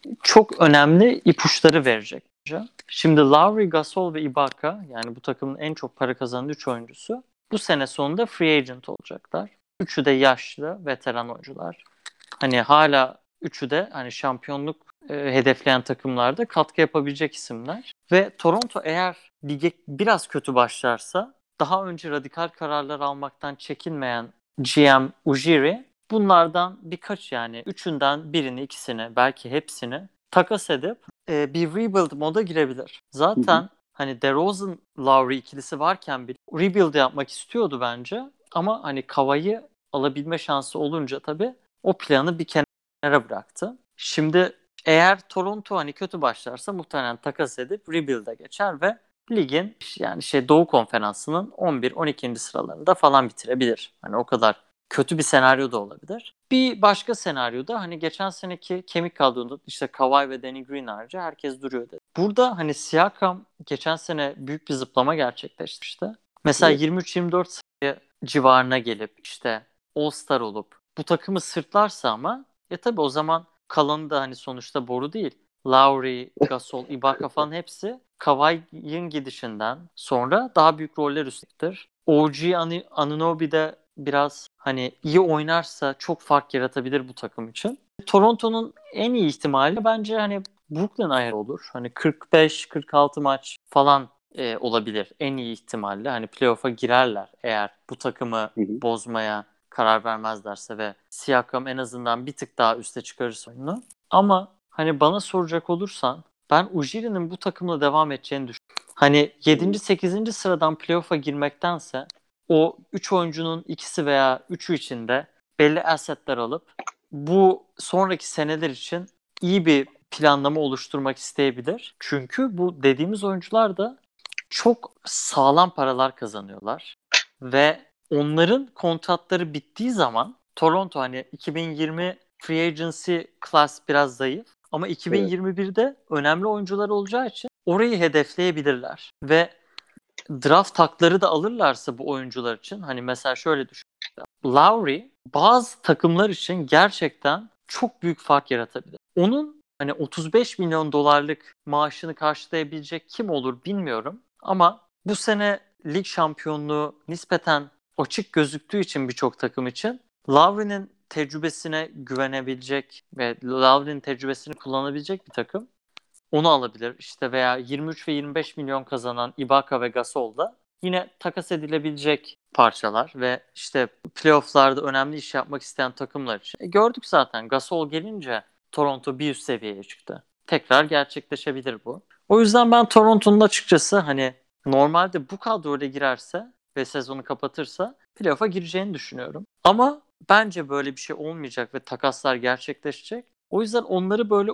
çok önemli ipuçları verecek. Şimdi Lowry, Gasol ve Ibaka, yani bu takımın en çok para kazanan 3 oyuncusu bu sene sonunda free agent olacaklar. Üçü de yaşlı, veteran oyuncular. Hani hala üçü de hani şampiyonluk hedefleyen takımlarda katkı yapabilecek isimler. Ve Toronto eğer lige biraz kötü başlarsa, daha önce radikal kararlar almaktan çekinmeyen GM Ujiri bunlardan birkaç, yani üçünden birini, ikisini, belki hepsini takas edip bir rebuild moda girebilir. Hı hı. Zaten hani DeRozan Lowry ikilisi varken bir rebuild yapmak istiyordu bence. Ama hani Kawhi'yi alabilme şansı olunca tabii o planı bir kenara bıraktı. Şimdi eğer Toronto hani kötü başlarsa muhtemelen takas edip rebuild'e geçer ve ligin yani Doğu Konferansı'nın 11-12. sıralarında falan bitirebilir. Hani o kadar kötü bir senaryo da olabilir. Bir başka senaryoda hani geçen seneki kemik kadroda işte Kawhi ve Danny Green harici herkes duruyor dedi. Burada hani Siakam geçen sene büyük bir zıplama gerçekleştirmişti. Mesela Evet. 23-24 sayı civarına gelip işte All-Star olup bu takımı sırtlarsa ama tabii o zaman kalanı da hani sonuçta boru değil. Lowry, Gasol, Ibaka falan hepsi Kawhi'nin gidişinden sonra daha büyük roller üstlenecektir. OG Anunoby de biraz hani iyi oynarsa çok fark yaratabilir bu takım için. Toronto'nun en iyi ihtimali bence hani Brooklyn ayarı olur. Hani 45-46 maç falan olabilir en iyi ihtimalle. Hani playoff'a girerler eğer bu takımı Hı hı. bozmaya karar vermezlerse ve Siakam en azından bir tık daha üste çıkarırsa oyunu. Ama hani bana soracak olursan ben Ujiri'nin bu takımla devam edeceğini düşünüyorum. Hani Hı hı. 7. 8. sıradan playoff'a girmektense o 3 oyuncunun ikisi veya üçü içinde belli assetler alıp bu sonraki seneler için iyi bir planlama oluşturmak isteyebilir. Çünkü bu dediğimiz oyuncular da çok sağlam paralar kazanıyorlar ve onların kontratları bittiği zaman Toronto hani 2020 free agency class biraz zayıf ama Evet. 2021'de önemli oyuncular olacağı için orayı hedefleyebilirler ve draft hakları da alırlarsa bu oyuncular için hani mesela şöyle düşün. Lowry bazı takımlar için gerçekten çok büyük fark yaratabilir. Onun hani 35 milyon dolarlık maaşını karşılayabilecek kim olur bilmiyorum. Ama bu sene lig şampiyonluğu nispeten açık gözüktüğü için birçok takım için Lowry'nin tecrübesine güvenebilecek ve Lowry'nin tecrübesini kullanabilecek bir takım onu alabilir. İşte veya 23 ve 25 milyon kazanan Ibaka ve Gasol da yine takas edilebilecek parçalar ve işte playoff'larda önemli iş yapmak isteyen takımlar için. Gördük zaten Gasol gelince Toronto bir üst seviyeye çıktı. Tekrar gerçekleşebilir bu. O yüzden ben Toronto'nun açıkçası hani normalde bu kadroyla girerse ve sezonu kapatırsa playoff'a gireceğini düşünüyorum. Ama bence böyle bir şey olmayacak ve takaslar gerçekleşecek. O yüzden onları böyle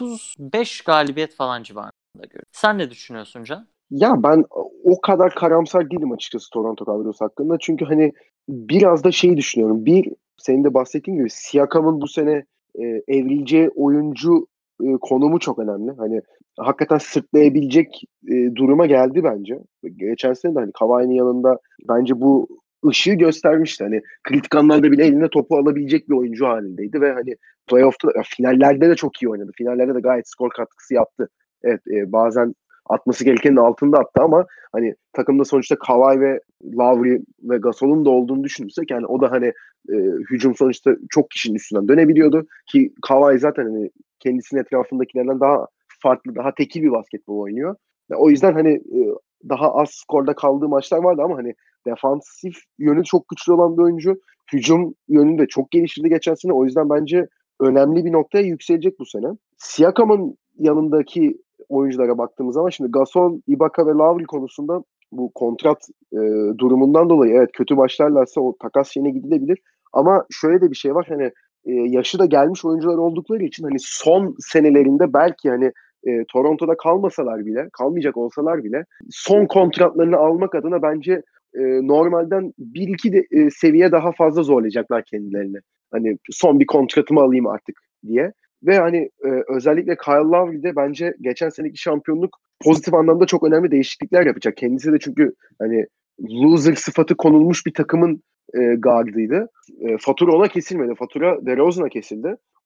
35 galibiyet falan civarında görüyorum. Sen ne düşünüyorsun Can? Ya ben o kadar karamsar değilim açıkçası Toronto kadrosu hakkında. Çünkü hani biraz da şeyi düşünüyorum. Bir, senin de bahsettiğin gibi Siakam'ın bu sene evrileceği oyuncu konumu çok önemli. Hani hakikaten sırtlayabilecek duruma geldi bence. Geçen sene de hani Kawhi'nin yanında bence bu ışığı göstermişti. Hani kritik anlarda bile eline topu alabilecek bir oyuncu halindeydi ve hani playoff'ta finallerde de çok iyi oynadı. Finallerde de gayet skor katkısı yaptı. Evet, bazen atması gerekenin altında attı ama hani takımda sonuçta Kawhi ve Lowry ve Gasol'un da olduğunu düşünürsek yani o da hani e, hücum sonuçta çok kişinin üstünden dönebiliyordu ki Kawhi zaten hani kendisinin etrafındakilerden daha farklı, daha tekil bir basketbol oynuyor. O yüzden hani daha az skorda kaldığı maçlar vardı ama hani defansif yönü çok güçlü olan bir oyuncu. Hücum yönünü de çok geliştirdi geçen sene. O yüzden bence önemli bir noktaya yükselecek bu sene. Siakam'ın yanındaki oyunculara baktığımız zaman şimdi Gasol, Ibaka ve Lowry konusunda bu kontrat durumundan dolayı evet kötü başlarlarsa o takas şeyine gidilebilir. Ama şöyle de bir şey var hani yaşı da gelmiş oyuncular oldukları için hani son senelerinde belki hani Toronto'da kalmasalar bile, kalmayacak olsalar bile son kontratlarını almak adına bence normalden bir iki de, seviye daha fazla zorlayacaklar kendilerini. Hani son bir kontratımı alayım artık diye. Ve hani özellikle Kyle Lowry de bence geçen seneki şampiyonluk pozitif anlamda çok önemli değişiklikler yapacak. Kendisi de çünkü hani loser sıfatı konulmuş bir takımın gardıydı. Fatura ona kesilmedi. Fatura DeRozan'a kesildi.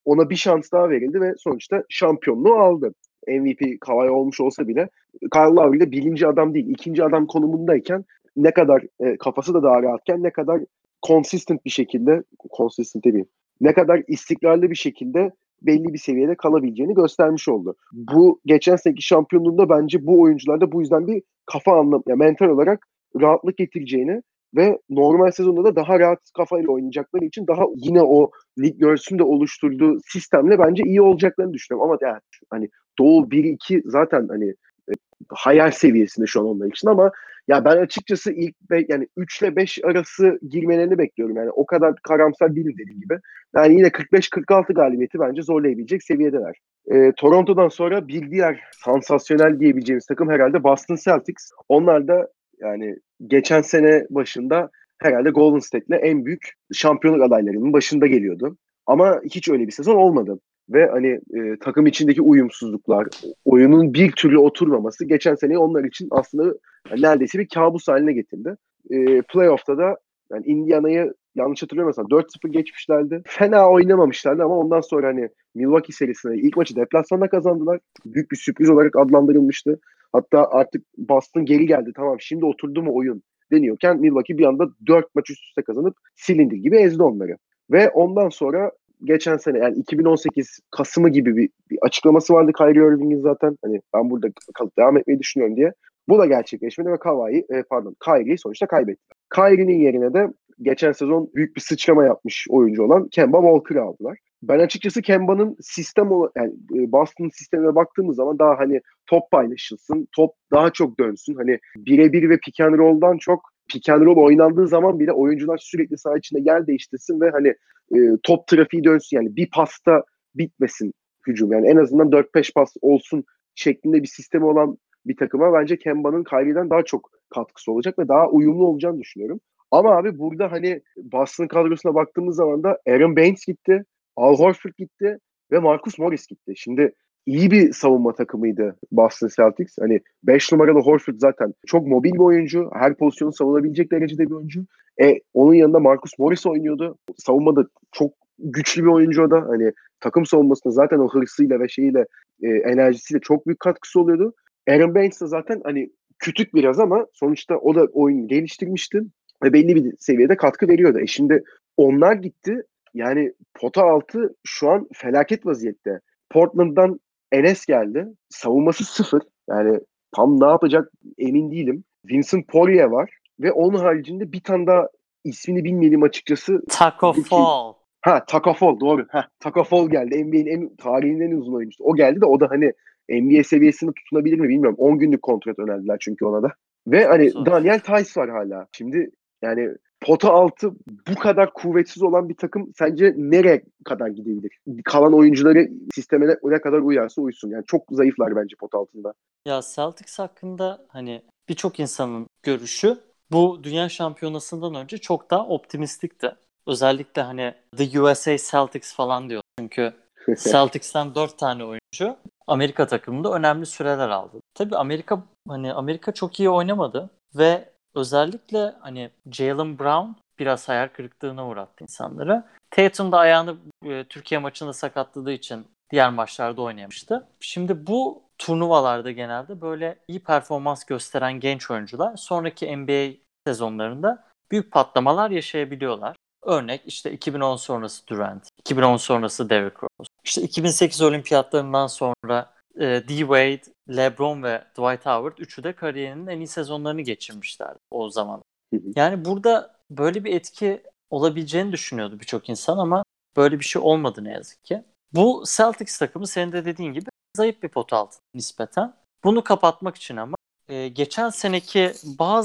ona bir şans daha verildi ve sonuçta şampiyonluğu aldı. MVP Kawhi olmuş olsa bile Kyle Lowry de birinci adam değil, ikinci adam konumundayken ne kadar kafası da daha rahatken ne kadar consistent bir şekilde, consistent değil, ne kadar istikrarlı bir şekilde belli bir seviyede kalabileceğini göstermiş oldu. Bu geçen seneki şampiyonluğunda bence bu oyuncularda bu yüzden bir kafa anlam, yani mental olarak rahatlık getireceğini ve normal sezonda da daha rahat kafayla oynayacakları için daha yine o Nick Nurse'ün de oluşturduğu sistemle bence iyi olacaklarını düşünüyorum. Ama yani hani Doğu 1-2 zaten hani hayal seviyesinde şu an onlar için ama ya ben açıkçası yani 3 ile 5 arası girmelerini bekliyorum. Yani o kadar karamsar değilim dediğim gibi. Yani yine 45-46 galibiyeti bence zorlayabilecek seviyedeler. Toronto'dan sonra bir diğer sansasyonel diyebileceğimiz takım herhalde Boston Celtics. Onlar da yani geçen sene başında herhalde Golden State'le en büyük şampiyonluk adaylarının başında geliyordu. Ama hiç öyle bir sezon olmadı. Ve hani takım içindeki uyumsuzluklar, oyunun bir türlü oturmaması geçen seneyi onlar için aslında yani neredeyse bir kabus haline getirdi. Playoff'ta da yani Indiana'yı yanlış hatırlamıyorsam 4-0 geçmişlerdi. Fena oynamamışlardı ama ondan sonra hani Milwaukee serisinde ilk maçı deplasmanda kazandılar. Büyük bir sürpriz olarak adlandırılmıştı. Hatta artık Boston geri geldi. Tamam şimdi oturdu mu oyun deniyorken Milwaukee bir anda 4 maç üst üste kazanıp silindir gibi ezdi onları. Ve ondan sonra geçen sene yani 2018 Kasım'ı gibi bir açıklaması vardı Kyrie Irving'in zaten. Hani ben burada kalıp devam etmeyi düşünüyorum diye. Bu da gerçekleşmedi ve Kyrie'yi sonuçta kaybetti. Kyrie'nin yerine de geçen sezon büyük bir sıçrama yapmış oyuncu olan Kemba Walker'ı aldılar. Ben açıkçası Kemba'nın yani Boston sistemine baktığımız zaman daha hani top paylaşılsın, top daha çok dönsün. Hani birebir ve pick and roll'dan çok pick and roll oynandığı zaman bile oyuncular sürekli saha içinde yer değiştirsin ve hani top trafiği dönsün. Yani bir pasta bitmesin hücum. Yani en azından 4-5 pas olsun şeklinde bir sistemi olan bir takıma bence Kemba'nın Kyrie'den daha çok katkısı olacak ve daha uyumlu olacağını düşünüyorum. Ama abi burada hani Boston kadrosuna baktığımız zaman da Aaron Baines gitti, Al Horford gitti ve Marcus Morris gitti. Şimdi iyi bir savunma takımıydı Boston Celtics. Hani 5 numaralı Horford zaten çok mobil bir oyuncu. Her pozisyonu savunabilecek derecede bir oyuncu. Onun yanında Marcus Morris oynuyordu. Savunmada çok güçlü bir oyuncu o da. Hani takım savunmasında zaten o hırsıyla ve enerjisiyle çok büyük katkısı oluyordu. Aaron Baines de zaten hani küçük biraz ama sonuçta o da oyunu geliştirmişti ve belli bir seviyede katkı veriyordu. Şimdi onlar gitti. Yani pota altı şu an felaket vaziyette. Portland'dan Enes geldi. Savunması sıfır. Yani tam ne yapacak emin değilim. Vincent Poirier var. Ve onun haricinde bir tane daha ismini bilmediğim açıkçası Taco rookie. Fall. Taco Fall doğru. Taco Fall geldi. NBA'nin tarihinin en uzun oyuncusu. O geldi de o da hani NBA seviyesinde tutunabilir mi bilmiyorum. 10 günlük kontrat önerdiler çünkü ona da. Ve Çok hani zor. Daniel Theis var hala. Şimdi yani pota altı bu kadar kuvvetsiz olan bir takım sence nereye kadar gidebilir? Kalan oyuncuları sisteme ne kadar uyarsa uysun. Yani çok zayıflar bence pota altında. Ya Celtics hakkında hani birçok insanın görüşü bu dünya şampiyonasından önce çok daha optimistikti. Özellikle hani The USA Celtics falan diyor. Çünkü Celtics'ten 4 tane oyuncu Amerika takımında önemli süreler aldı. Tabii Amerika çok iyi oynamadı ve özellikle hani Jaylen Brown biraz hayal kırıklığına uğrattı insanları. Tatum da ayağını Türkiye maçında sakatladığı için diğer maçlarda oynamıştı. Şimdi bu turnuvalarda genelde böyle iyi performans gösteren genç oyuncular sonraki NBA sezonlarında büyük patlamalar yaşayabiliyorlar. Örnek işte 2010 sonrası Durant, 2010 sonrası Derrick Rose. İşte 2008 olimpiyatlarından sonra D-Wade, LeBron ve Dwight Howard üçü de kariyerinin en iyi sezonlarını geçirmişlerdi o zaman. Yani burada böyle bir etki olabileceğini düşünüyordu birçok insan ama böyle bir şey olmadı ne yazık ki. Bu Celtics takımı senin de dediğin gibi zayıf bir pot altı nispeten. Bunu kapatmak için ama geçen seneki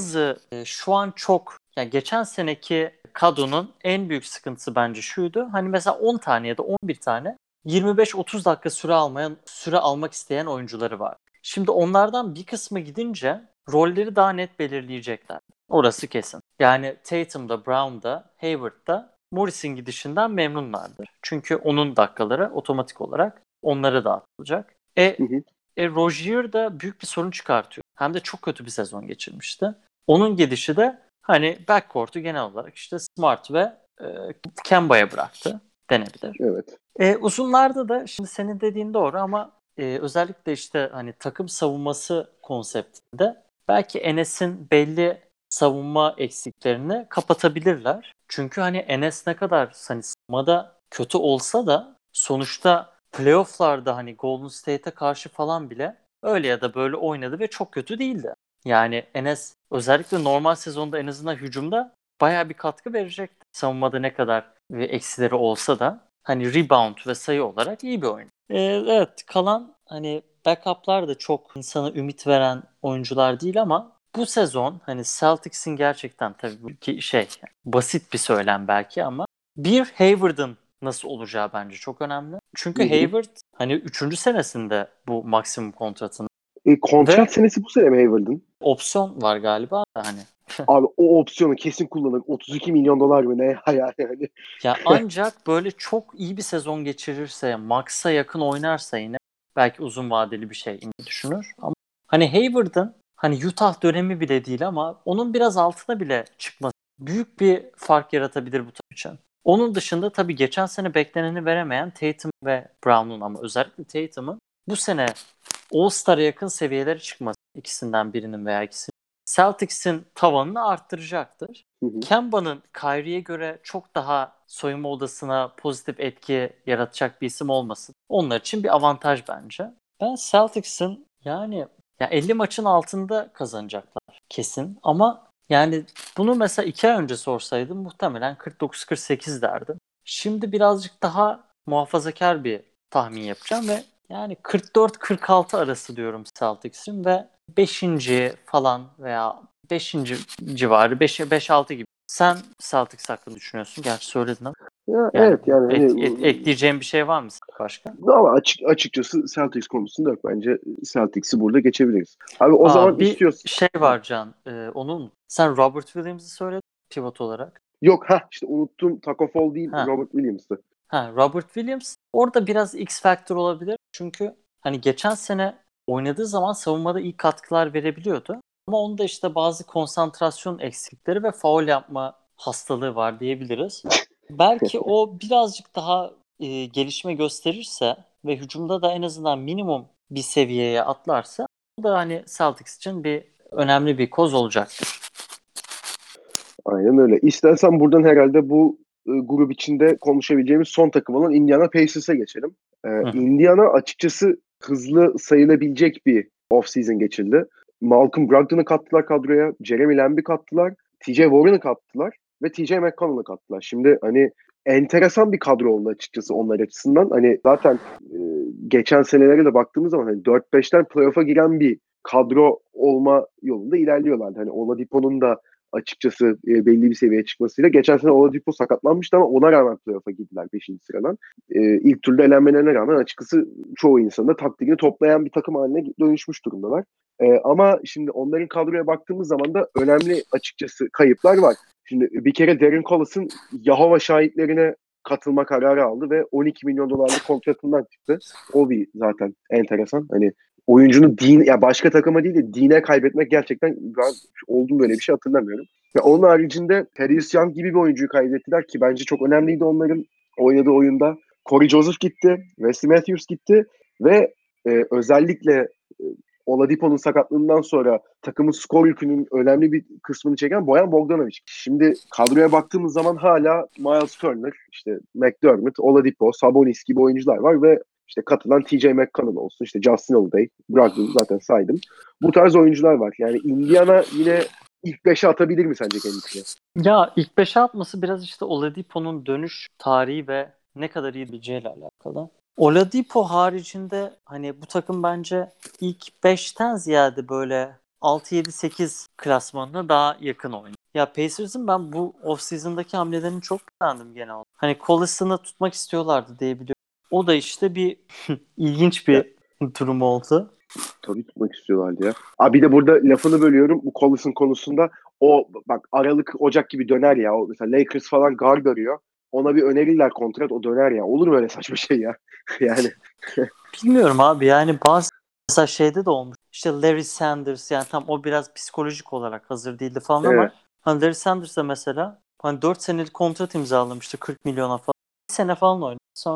şu an yani geçen seneki kadronun en büyük sıkıntısı bence şuydu. Hani mesela 10 tane ya da 11 tane 25-30 dakika süre almak isteyen oyuncuları var. Şimdi onlardan bir kısmı gidince rolleri daha net belirleyecekler. Orası kesin. Yani Tatum'da, Brown'da, Hayward'da Morris'in gidişinden memnunlardır. Çünkü onun dakikaları otomatik olarak onlara dağıtılacak. Rozier da büyük bir sorun çıkartıyor. Hem de çok kötü bir sezon geçirmişti. Onun gidişi de hani backcourt'u genel olarak işte Smart ve Kemba'ya bıraktı denebilir. Evet. Uzunlarda da şimdi senin dediğin doğru ama özellikle işte hani takım savunması konseptinde belki Enes'in belli savunma eksiklerini kapatabilirler. Çünkü hani Enes ne kadar hani savunmada kötü olsa da sonuçta playoff'larda hani Golden State'e karşı falan bile öyle ya da böyle oynadı ve çok kötü değildi. Yani Enes özellikle normal sezonda en azından hücumda bayağı bir katkı verecekti. Savunmada ne kadar eksileri olsa da hani rebound ve sayı olarak iyi bir oyun. Evet, kalan hani backup'lar da çok insana ümit veren oyuncular değil ama bu sezon hani Celtics'in gerçekten tabii ki basit bir söylem belki ama bir Hayward'ın nasıl olacağı bence çok önemli. Hı Çünkü hı. Hayward hani 3. senesinde bu maksimum kontratın Kontrat ve senesi bu sene mi Hayward'ın? opsiyon var galiba hani Abi o opsiyonu kesin kullanır. 32 milyon dolar mı ne ya yani. ya ancak böyle çok iyi bir sezon geçirirse, Max'a yakın oynarsa yine belki uzun vadeli bir şey düşünür. Ama hani Hayward'ın hani Utah dönemi bile değil ama onun biraz altına bile çıkması büyük bir fark yaratabilir bu takım için. Onun dışında tabii geçen sene bekleneni veremeyen Tatum ve Brown'un ama özellikle Tatum'un bu sene All-Star'a yakın seviyelere çıkması ikisinden birinin veya ikisinin Celtics'in tavanını arttıracaktır. Hı hı. Kemba'nın Kyrie'ye göre çok daha soyunma odasına pozitif etki yaratacak bir isim olması onlar için bir avantaj bence. Ben Celtics'in yani ya 50 maçın altında kazanacaklar kesin ama yani bunu mesela 2 ay önce sorsaydım muhtemelen 49-48 derdim. Şimdi birazcık daha muhafazakar bir tahmin yapacağım ve yani 44-46 arası diyorum Celtics'in ve 5. falan veya 5. civarı 5-6 gibi. Sen Celtics hakkında düşünüyorsun. Gerçi söyledin ama. Ya Yani evet yani hani ekleyeceğim bir şey var mı başka? ama açıkçası Celtics konusunda yok. Bence Celtics'i burada geçebiliriz. Abi o zaman Bir istiyorsun. şey var Can. Onun sen Robert Williams'ı söyledin pivot olarak. Yok ha işte unuttum. Taco Fall değil Ha, Robert Williams'tı. Robert Williams orada biraz X faktör olabilir. Çünkü hani geçen sene oynadığı zaman savunmada iyi katkılar verebiliyordu. Ama onda işte bazı konsantrasyon eksikleri ve faul yapma hastalığı var diyebiliriz. Belki o birazcık daha gelişme gösterirse ve hücumda da en azından minimum bir seviyeye atlarsa bu da hani Celtics için bir önemli bir koz olacaktır. Aynen öyle. İstersen buradan herhalde bu grup içinde konuşabileceğimiz son takım olan Indiana Pacers'e geçelim. Hı hı. Indiana açıkçası hızlı sayılabilecek bir off-season geçirdi. Malcolm Brogdon'u kattılar kadroya, Jeremy Lamb'i kattılar, TJ Warren'ı kattılar ve TJ McConnell'ı kattılar. Şimdi hani enteresan bir kadro oldu açıkçası onlar açısından. Hani zaten geçen senelere de baktığımız zaman hani 4-5'ten playoff'a giren bir kadro olma yolunda ilerliyorlardı. Hani Oladipo'nun da açıkçası belli bir seviyeye çıkmasıyla. Geçen sene Oladipo sakatlanmıştı ama ona rağmen playoff'a gittiler 5. sıradan. İlk turda elenmelerine rağmen açıkçası çoğu insanın da taktiğini toplayan bir takım haline dönüşmüş durumdalar. Ama şimdi onların kadroya baktığımız zaman da önemli açıkçası kayıplar var. Şimdi bir kere Darren Collis'ın Yahova şahitlerine katılma kararı aldı ve 12 milyon dolarlık kontratından çıktı. O bir zaten enteresan. Hani oyuncunu ya başka takıma değil de dine kaybetmek gerçekten ben oldum böyle bir şey hatırlamıyorum. Ve onun haricinde Thaddeus Young gibi bir oyuncuyu kaybettiler ki bence çok önemliydi onların oynadığı oyunda. Corey Joseph gitti, Wesley Matthews gitti ve özellikle e, Oladipo'nun sakatlığından sonra takımın skor yükünün önemli bir kısmını çeken Bojan Bogdanovic. Şimdi kadroya baktığımız zaman hala Miles Turner, işte McDermott, Oladipo, Sabonis gibi oyuncular var ve işte katılan TJ McConnell olsun, işte Justin Holiday, Brogdon zaten saydım. Bu tarz oyuncular var. Yani Indiana yine ilk 5'e atabilir mi sence kendisine? Ya ilk 5'e atması biraz işte Oladipo'nun dönüş tarihi ve ne kadar iyi bileceğiyle alakalı. Oladipo haricinde hani bu takım bence ilk 5'ten ziyade böyle 6-7-8 klasmanına daha yakın oynuyor. Ya Pacers'ın ben bu off-season'daki hamlelerini çok beğendim genel olarak. Hani Collison'ı tutmak istiyorlardı diye biliyorum. O da işte bir ilginç Ya, bir durum oldu. tabii tutmak istiyorlardı ya. Abi bir de burada lafını bölüyorum bu Collison konusunda. O bak Aralık Ocak gibi döner ya. O mesela Lakers falan guard arıyor. Ona bir önerirler kontrat o döner ya. Olur mu öyle saçma şey ya? Yani Bilmiyorum abi yani bazı mesela şeyde de olmuş. İşte Larry Sanders yani tam o biraz psikolojik olarak hazır değildi falan evet. ama hani Larry Sanders da mesela hani 4 senelik kontrat imzalamıştı 40 milyona falan. Bir sene falan oynadı. Sonra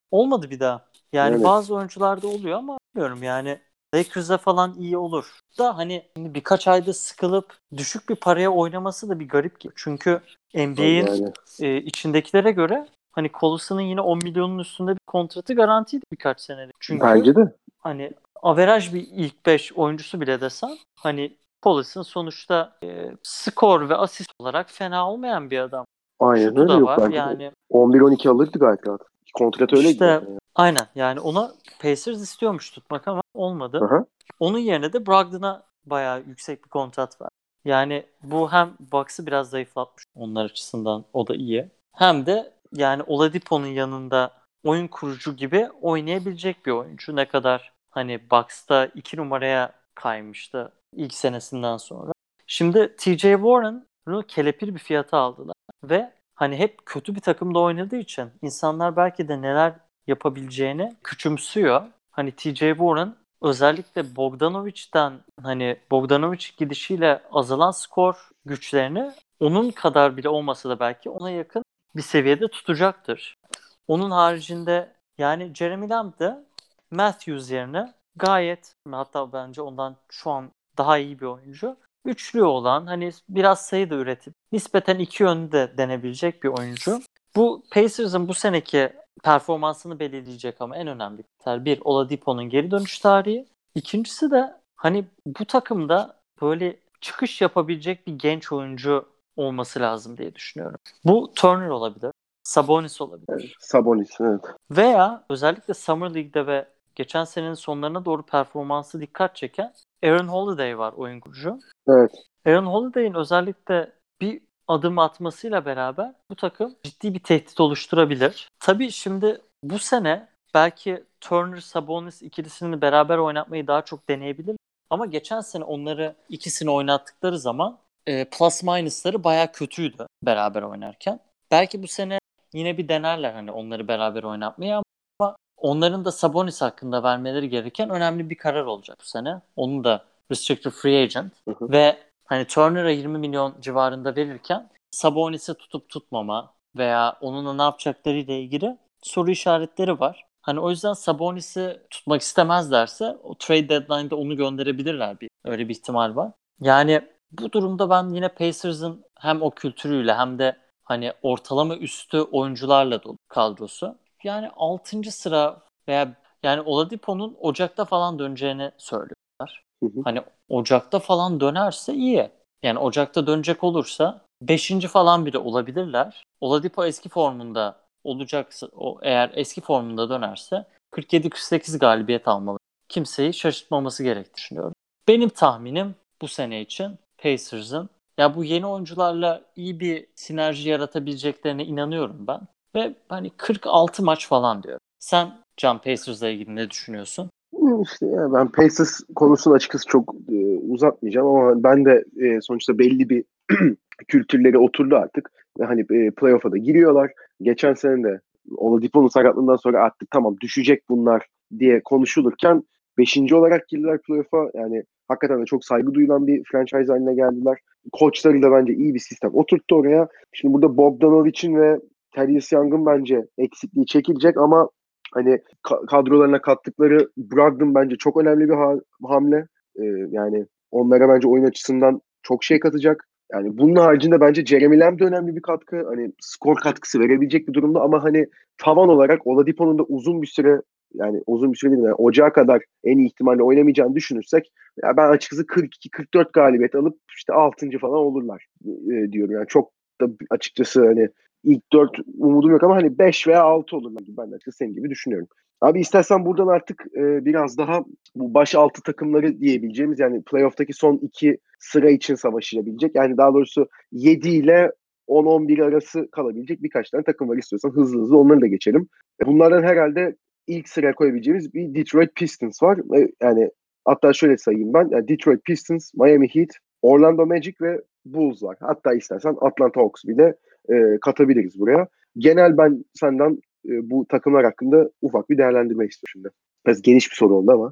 olmadı bir daha. Yani Yani bazı oyuncularda oluyor ama bilmiyorum yani Lakers'da falan iyi olur. Da hani birkaç ayda sıkılıp düşük bir paraya oynaması da bir garip gibi. Çünkü NBA'in yani içindekilere göre hani Collison'ın yine 10 milyonun üstünde bir kontratı garantiydi birkaç senelik. Çünkü bence de. hani averaj bir ilk 5 oyuncusu bile desen hani Collison sonuçta skor ve asist olarak fena olmayan bir adam. Aynen Şutu öyle, da yok var bence de. yani 11-12 alırdı gayet rahat. Kontrat öyleydi işte zaten ya. aynen yani ona Pacers istiyormuş tutmak ama olmadı. Aha. Onun yerine de Brogdon'a bayağı yüksek bir kontrat var. Yani bu hem Bucks'ı biraz zayıflatmış onlar açısından, o da iyi. Hem de yani Oladipo'nun yanında oyun kurucu gibi oynayabilecek bir oyuncu. Ne kadar hani Bucks'ta 2 numaraya kaymıştı ilk senesinden sonra. Şimdi TJ Warren'ı kelepir bir fiyata aldılar ve hani hep kötü bir takımda oynadığı için insanlar belki de neler yapabileceğini küçümsüyor. Hani TJ Warren özellikle Bogdanovic'den hani Bogdanovic gidişiyle azalan skor güçlerini onun kadar bile olmasa da belki ona yakın bir seviyede tutacaktır. Onun haricinde yani Jeremy Lamb de Matthews yerine gayet, hatta bence ondan şu an daha iyi bir oyuncu. Üçlü olan hani biraz sayı da üretip nispeten iki yönlü de denebilecek bir oyuncu. Bu Pacers'ın bu seneki performansını belirleyecek ama en önemli kriter bir Oladipo'nun geri dönüş tarihi. İkincisi de hani bu takımda böyle çıkış yapabilecek bir genç oyuncu olması lazım diye düşünüyorum. Bu Turner olabilir. Sabonis olabilir. Sabonis, evet. Veya özellikle Summer League'de ve geçen senenin sonlarına doğru performansı dikkat çeken Aaron Holiday var, oyun kurucu. Evet. Aaron Holiday'in özellikle bir adım atmasıyla beraber bu takım ciddi bir tehdit oluşturabilir. Tabii şimdi bu sene belki Turner-Sabonis ikilisini beraber oynatmayı daha çok deneyebilir. Ama geçen sene onları ikisini oynattıkları zaman plus minus'ları bayağı kötüydü beraber oynarken. Belki bu sene yine bir denerler hani onları beraber oynatmayı ama onların da Sabonis hakkında vermeleri gereken önemli bir karar olacak bu sene. Onun da restricted free agent Hı hı. ve hani Turner'a 20 milyon civarında verirken Sabonis'i tutup tutmama veya onunla ne yapacaklarıyla ilgili soru işaretleri var. Hani o yüzden Sabonis'i tutmak istemezlerse o trade deadline'da onu gönderebilirler. Öyle bir ihtimal var. Yani bu durumda ben yine Pacers'ın hem o kültürüyle hem de hani ortalama üstü oyuncularla dolu kadrosu. Yani 6. sıra veya yani Oladipo'nun Ocak'ta falan döneceğini söylüyorlar. Hı hı. Hani Ocak'ta falan dönerse iyi. Yani Ocak'ta dönecek olursa 5. falan bile olabilirler. Oladipo eski formunda olacaksa, o eğer eski formunda dönerse 47-48 galibiyet almalı. Kimseyi şaşırtmaması gerektiğini düşünüyorum. Benim tahminim bu sene için Pacers'ın ya bu yeni oyuncularla iyi bir sinerji yaratabileceklerine inanıyorum ben. Ve hani 46 maç falan diyorum. Sen Can Pacers'la ilgili ne düşünüyorsun? İşte ya ben Pacers konusunu açıkçası çok uzatmayacağım ama ben de sonuçta belli bir kültürleri oturdu artık. Ve hani playoff'a da giriyorlar. Geçen sene de Oladipo'nun sakatlığından sonra artık tamam düşecek bunlar diye konuşulurken beşinci olarak girdiler playoff'a. Yani hakikaten de çok saygı duyulan bir franchise haline geldiler. Koçları da bence iyi bir sistem oturttu oraya. Şimdi burada Bogdanovic'in ve Thaddeus Young'ın bence eksikliği çekilecek ama hani kadrolarına kattıkları Brogdon bence çok önemli bir hamle. Yani onlara bence oyun açısından çok şey katacak. Yani bunun haricinde bence Jeremy Lamb de önemli bir katkı. Hani skor katkısı verebilecek bir durumda ama hani tavan olarak Oladipo'nun da uzun bir süre, yani uzun bir süre değil, yani Ocağa kadar en iyi ihtimalle oynamayacağını düşünürsek ya ben açıkçası 42-44 galibiyet alıp işte 6. falan olurlar diyorum. Yani çok da açıkçası hani ilk 4 umudum yok ama hani 5 veya 6 olurlar gibi, ben de açıkçası senin gibi düşünüyorum. Abi istersen buradan artık biraz daha bu baş altı takımları diyebileceğimiz, yani playoff'taki son 2 sıra için savaşabilecek. Yani daha doğrusu 7 ile 10-11 arası kalabilecek birkaç tane takım var, istiyorsan hızlı hızlı onları da geçelim. Bunlardan herhalde ilk sıraya koyabileceğimiz bir Detroit Pistons var. Yani hatta şöyle sayayım ben. Yani Detroit Pistons, Miami Heat, Orlando Magic ve Bulls var. Hatta istersen Atlanta Hawks bile katabiliriz buraya. Genel ben senden bu takımlar hakkında ufak bir değerlendirme istiyorum şimdi. Biraz geniş bir soru oldu ama.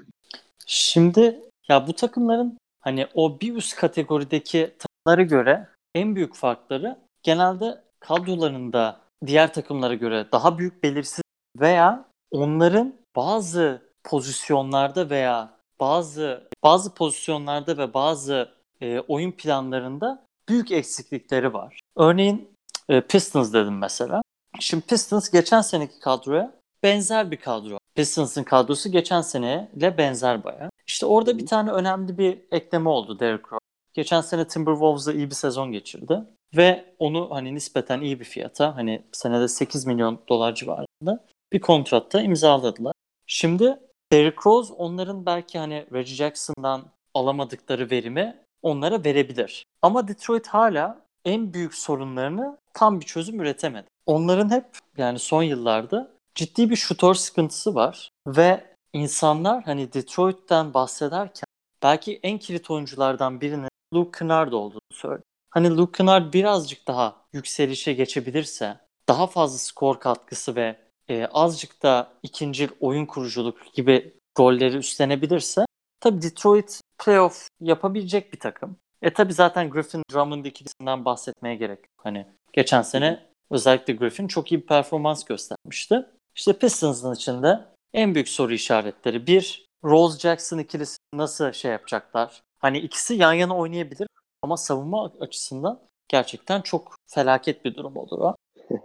Şimdi ya bu takımların hani o bir üst kategorideki takımlara göre en büyük farkları genelde kadrolarında diğer takımlara göre daha büyük belirsiz veya onların bazı pozisyonlarda veya bazı pozisyonlarda ve bazı oyun planlarında büyük eksiklikleri var. Örneğin Pistons dedim mesela. Şimdi Pistons geçen seneki kadroya benzer bir kadro. Pistons'ın kadrosu geçen seneyle benzer bayağı. İşte orada bir tane önemli bir ekleme oldu Derrick Rose. Geçen sene Timberwolves'da iyi bir sezon geçirdi. Ve onu hani nispeten iyi bir fiyata, hani senede 8 milyon dolar civarında bir kontratta imzaladılar. Şimdi Derrick Rose onların belki hani Reggie Jackson'dan alamadıkları verimi onlara verebilir. Ama Detroit hala en büyük sorunlarını tam bir çözüm üretemedi. Onların hep yani son yıllarda ciddi bir şutör sıkıntısı var ve insanlar hani Detroit'ten bahsederken belki en kilit oyunculardan birinin Luke Kennard olduğunu söylüyor. Hani Luke Kennard birazcık daha yükselişe geçebilirse, daha fazla skor katkısı ve azıcık da ikincil oyun kuruculuk gibi rolleri üstlenebilirse tabii Detroit playoff yapabilecek bir takım. Tabii zaten Griffin Drummond ikilisinden bahsetmeye gerek yok. Hani geçen sene özellikle Griffin çok iyi bir performans göstermişti. İşte Pistons'ın içinde en büyük soru işaretleri. Bir, Rose Jackson ikilisi nasıl şey yapacaklar? Hani ikisi yan yana oynayabilir ama savunma açısından gerçekten çok felaket bir durum olur o.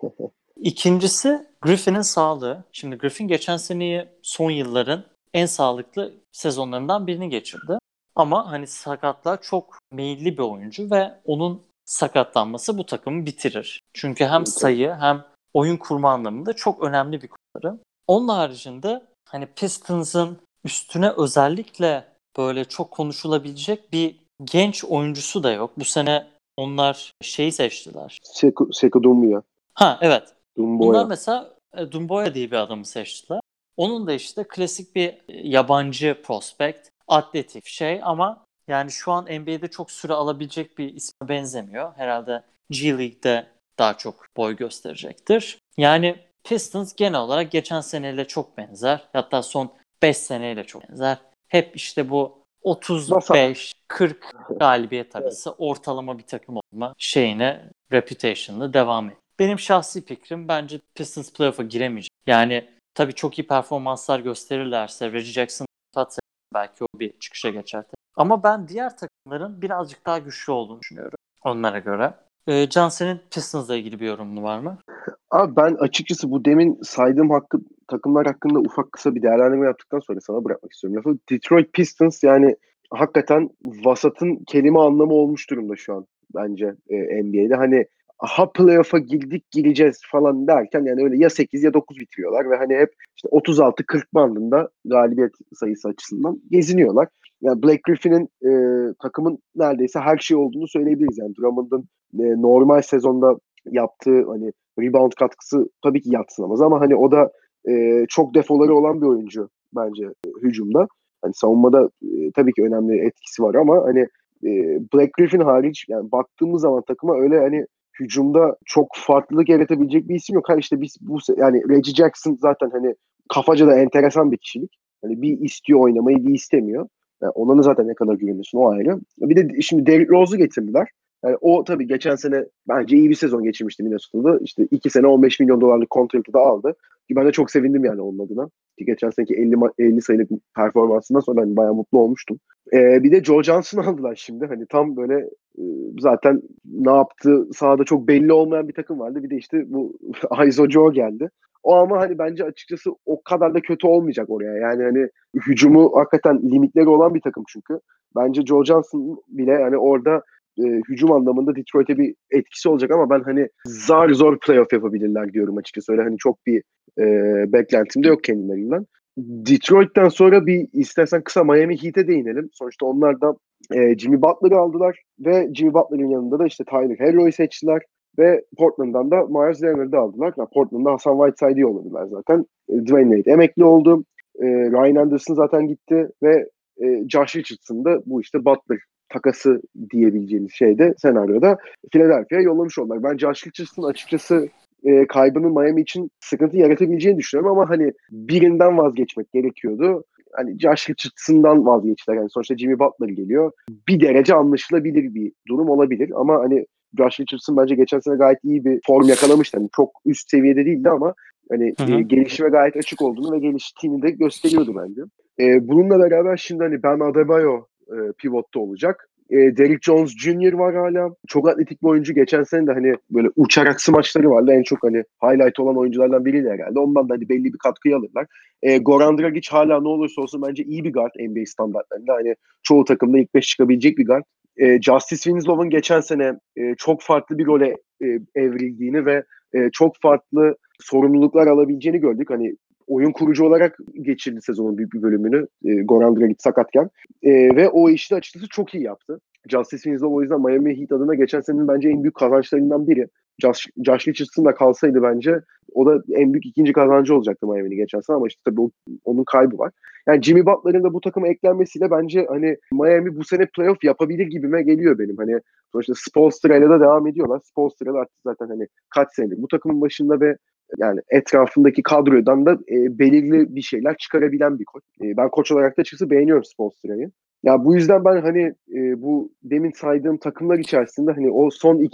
İkincisi Griffin'in sağlığı. Şimdi Griffin geçen seneyi son yılların en sağlıklı sezonlarından birini geçirdi. Ama hani sakatlığa çok meyilli bir oyuncu ve onun sakatlanması bu takımı bitirir. Çünkü hem sayı hem oyun kurma anlamında çok önemli bir kurtarı. Onun haricinde hani Pistons'ın üstüne özellikle böyle çok konuşulabilecek bir genç oyuncusu da yok. Bu sene onlar şeyi seçtiler. Sekou Doumbouya. Ha evet. Bunlar Doumbouya. mesela Doumbouya diye bir adamı seçtiler. Onun da işte klasik bir yabancı prospect, atletik şey ama yani şu an NBA'de çok süre alabilecek bir isme benzemiyor. Herhalde G League'de daha çok boy gösterecektir. Yani Pistons genel olarak geçen seneyle çok benzer. Hatta son 5 seneyle çok benzer. Hep işte bu Vasat. 35-40 galibiyet Evet. arası ortalama bir takım olma şeyine, reputation'la devam ediyor. Benim şahsi fikrim bence Pistons playoff'a giremeyecek. Yani tabii çok iyi performanslar gösterirlerse, Reggie Jackson tatsa belki o bir çıkışa geçer. Ama ben diğer takımların birazcık daha güçlü olduğunu düşünüyorum onlara göre. Can senin Pistons'la ilgili bir yorumun var mı? Abi ben açıkçası bu demin saydığım takımlar hakkında ufak kısa bir değerlendirme yaptıktan sonra sana bırakmak istiyorum lafı. Detroit Pistons yani hakikaten vasatın kelime anlamı olmuş durumda şu an bence NBA'de. Hani ha playoff'a gireceğiz falan derken yani öyle ya 8 ya 9 bitiriyorlar ve hani hep işte 36-40 bandında galibiyet sayısı açısından geziniyorlar. Yani Blake Griffin'in takımın neredeyse her şey olduğunu söyleyebiliriz. Yani Drummond'ın normal sezonda yaptığı hani rebound katkısı tabii ki yadsınamaz ama hani o da çok defoları olan bir oyuncu bence hücumda. Hani savunmada tabii ki önemli etkisi var ama hani Black Griffin hariç yani baktığımız zaman takıma öyle hani hücumda çok farklılık yaratabilecek bir isim yok. Ha işte biz bu yani Reggie Jackson zaten hani kafaca da enteresan bir kişilik. Hani bir istiyor oynamayı bir istemiyor. Yani ona da zaten ne kadar güveniyorsun o ayrı. Bir de şimdi Derrick Rose'u getirdiler. Yani o tabii geçen sene bence iyi bir sezon geçirmişti Minnesota'da. İşte 2 sene 15 milyon dolarlık kontratı da aldı. Ki ben de çok sevindim yani onun adına. Ki geçen seneki 50 sayılık performansından sonra hani bayağı mutlu olmuştum. Bir de Joe Johnson'ı aldılar şimdi. Hani tam böyle zaten ne yaptığı sahada çok belli olmayan bir takım vardı. Bir de işte bu Iso Joe geldi. O ama hani bence açıkçası o kadar da kötü olmayacak oraya. Yani hani hücumu hakikaten limitleri olan bir takım çünkü. Bence Joe Johnson bile yani orada hücum anlamında Detroit'e bir etkisi olacak ama ben hani zar zor playoff yapabilirler diyorum açıkçası. Öyle hani çok bir beklentim de yok kendilerinden. Detroit'ten sonra bir istersen kısa Miami Heat'e değinelim. Sonuçta onlar da Jimmy Butler'ı aldılar ve Jimmy Butler'ın yanında da işte Tyler Herro'yu seçtiler ve Portland'dan da Myers Leonard'ı aldılar. Yani Portland'da Hasan Whiteside'ı yolladılar zaten. Dwayne Wade emekli oldu. Ryan Anderson zaten gitti ve Josh Richardson da bu işte Butler takası diyebileceğimiz şeyde senaryoda Philadelphia'ya yollamış oldular. Ben Josh Richardson açıkçası kaybının Miami için sıkıntı yaratabileceğini düşünüyorum ama hani birinden vazgeçmek gerekiyordu. Hani Josh Richardson'dan vazgeçtiler. Yani sonuçta Jimmy Butler geliyor. Bir derece anlaşılabilir bir durum olabilir ama hani Josh Richardson bence geçen sene gayet iyi bir form yakalamıştı. Yani çok üst seviyede değildi ama Hı hı. gelişime gayet açık olduğunu ve geliştiğini de gösteriyordu bence. Bununla beraber şimdi hani Bam Adebayo pivotta olacak. Derrick Jones Jr. var hala. Çok atletik bir oyuncu. Geçen sene de hani böyle uçarak smaçları vardı. En çok hani highlight olan oyunculardan biriydi herhalde. Ondan da hani belli bir katkıyı alırlar. Goran Dragic hala ne olursa olsun bence iyi bir guard NBA standartlarında. Hani çoğu takımda ilk 5 çıkabilecek bir guard. Justice Winslow'un geçen sene çok farklı bir role evrildiğini ve çok farklı sorumluluklar alabileceğini gördük. Hani oyun kurucu olarak geçirdi sezonun büyük bir bölümünü Goran Dragic sakatken. Ve o işi açıkçası çok iyi yaptı. Justice Winslow o yüzden Miami Heat adına geçen senenin bence en büyük kazançlarından biri. Josh Richardson da kalsaydı bence o da en büyük ikinci kazancı olacaktı Miami'nin geçen sene ama işte tabii onun kaybı var. Yani Jimmy Butler'ın da bu takıma eklenmesiyle bence hani Miami bu sene playoff yapabilir gibime geliyor benim. Hani sonuçta Spoelstra'yla da devam ediyorlar. Spoelstra da artık zaten hani kaç senedir bu takımın başında ve yani etrafındaki kadrodan da belirli bir şeyler çıkarabilen bir koç. Ben koç olarak da açıkçası beğeniyorum Spoelstra'yı. Ya bu yüzden ben hani bu demin saydığım takımlar içerisinde hani o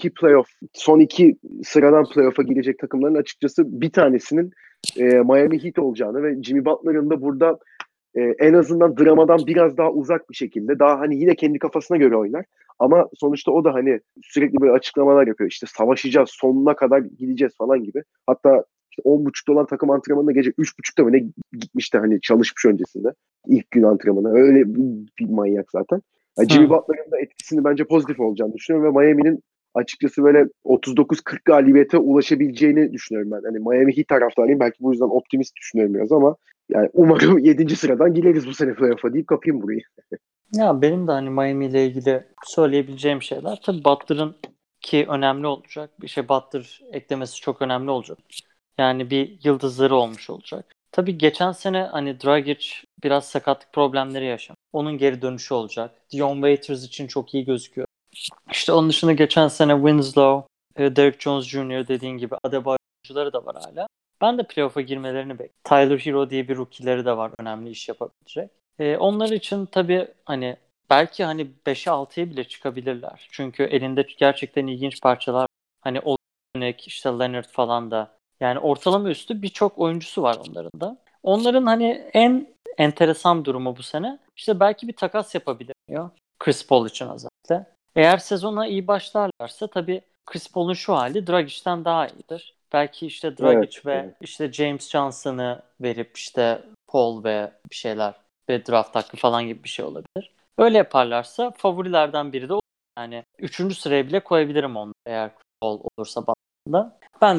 son iki sıradan playoff'a girecek takımların açıkçası bir tanesinin Miami Heat olacağını ve Jimmy Butler'ın da burada en azından dramadan biraz daha uzak bir şekilde daha hani yine kendi kafasına göre oynar. Ama sonuçta o da hani sürekli böyle açıklamalar yapıyor. İşte savaşacağız, sonuna kadar gideceğiz falan gibi. Hatta işte 10.30'da olan takım antrenmanına gece 3.30'da mı ne gitmişti hani çalışmış öncesinde. İlk gün antrenmanı. Öyle bir manyak zaten. Yani Jimmy Hı. Butler'ın da etkisini bence pozitif olacağını düşünüyorum ve Miami'nin açıkçası böyle 39-40 galibiyete ulaşabileceğini düşünüyorum ben. Hani Miami Heat taraftarıyım. Belki bu yüzden optimist düşünüyorum biraz ama yani umarım 7. sıradan gireriz bu sene playoff'a deyip kapayım burayı. Ya benim de hani Miami ile ilgili söyleyebileceğim şeyler tabii Butler'ın ki önemli olacak. Bir şey Butler eklemesi çok önemli olacak. Yani bir yıldızları olmuş olacak. Tabii geçen sene hani Dragic biraz sakatlık problemleri yaşamış. Onun geri dönüşü olacak. Dion Waiters için çok iyi gözüküyor. İşte onun dışında geçen sene Winslow, Derrick Jones Jr. dediğin gibi Adebayo oyuncuları da var hala. Ben de playoff'a girmelerini bekliyorum. Tyler Hero diye bir rookie'leri de var önemli iş yapabilecek. Onlar için tabii hani belki hani 5'e 6'ya bile çıkabilirler. Çünkü elinde gerçekten ilginç parçalar. Hani Olynyk, işte Leonard falan da. Yani ortalama üstü birçok oyuncusu var onların da. Onların hani en enteresan durumu bu sene. İşte belki bir takas yapabilir diyor. Chris Paul için özellikle. Eğer sezona iyi başlarlarsa tabii Chris Paul'un şu hali Dragic'ten daha iyidir. Belki işte Evet, Dragic ve evet. işte James Johnson'ı verip işte Paul ve bir şeyler ve draft hakkı falan gibi bir şey olabilir. Öyle yaparlarsa favorilerden biri de olur. Yani 3. sıraya bile koyabilirim onu eğer Chris Paul olursa bazında.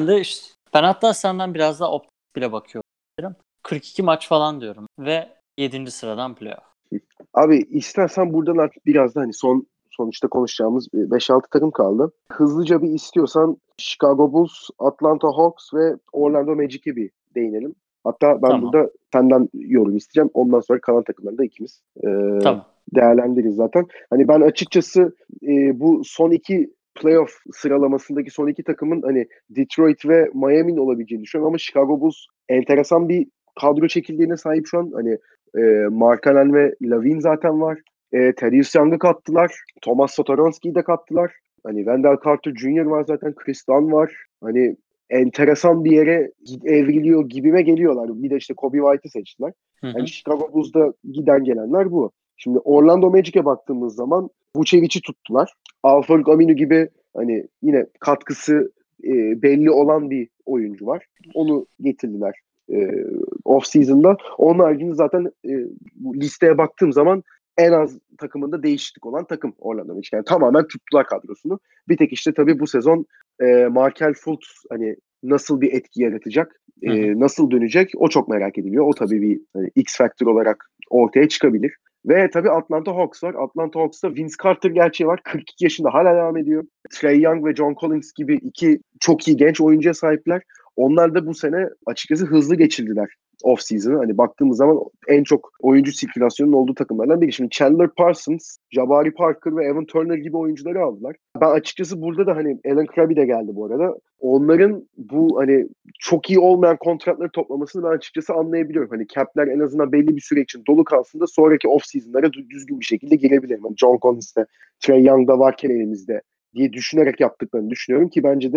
Ben hatta senden biraz daha optimist bile bakıyorum. 42 maç falan diyorum ve 7. sıradan playoff. Abi istersen buradan artık biraz da hani sonuçta konuşacağımız 5-6 takım kaldı. Hızlıca bir istiyorsan Chicago Bulls, Atlanta Hawks ve Orlando Magic'e bir değinelim. Hatta ben Tamam. burada senden yorum isteyeceğim. Ondan sonra kalan takımları da ikimiz Tamam. değerlendiririz zaten. Hani ben açıkçası bu son iki playoff sıralamasındaki son iki takımın hani Detroit ve Miami'nin olabileceğini düşünüyorum ama Chicago Bulls enteresan bir kadro çekirdeğine sahip şu an. Hani Markkanen ve Lavin zaten var. Thaddeus Young'ı kattılar. Thomas Satoranski'yi de kattılar. Hani Wendell Carter Jr. var zaten. Chris Dunn var. Hani enteresan bir yere evriliyor gibime geliyorlar. Bir de işte Kobe White'ı seçtiler. Hı Yani hı. Chicago Bulls'da giden gelenler bu. Şimdi Orlando Magic'e baktığımız zaman Vucevic'i tuttular. Al-Farouq Aminu gibi hani yine katkısı belli olan bir oyuncu var. Onu getirdiler off season'da. Onun haricinde zaten bu listeye baktığım zaman en az takımında değişiklik olan takım Orlando Magic. Yani tamamen tuttular kadrosunu. Bir tek işte tabii bu sezon Markelle Fultz hani nasıl bir etki yaratacak, Hı hı. nasıl dönecek o çok merak ediliyor. O tabii bir hani, X faktör olarak ortaya çıkabilir. Ve tabii Atlanta Hawks var. Atlanta Hawks'ta Vince Carter gerçeği var. 42 yaşında hala devam ediyor. Trae Young ve John Collins gibi iki çok iyi genç oyuncuya sahipler. Onlar da bu sene açıkçası hızlı geçirdiler off-season'ı. Hani baktığımız zaman en çok oyuncu sirkülasyonunun olduğu takımlardan biri. Şimdi Chandler Parsons, Jabari Parker ve Evan Turner gibi oyuncuları aldılar. Ben açıkçası burada da hani Alan Krabi de geldi bu arada. Onların bu hani çok iyi olmayan kontratları toplamasını ben açıkçası anlayabiliyorum. Hani cap'ler en azından belli bir süre için dolu kalsın da sonraki off-season'lara düzgün bir şekilde girebilirim. Yani John Collins'te, Trae Young'da varken elimizde diye düşünerek yaptıklarını düşünüyorum ki bence de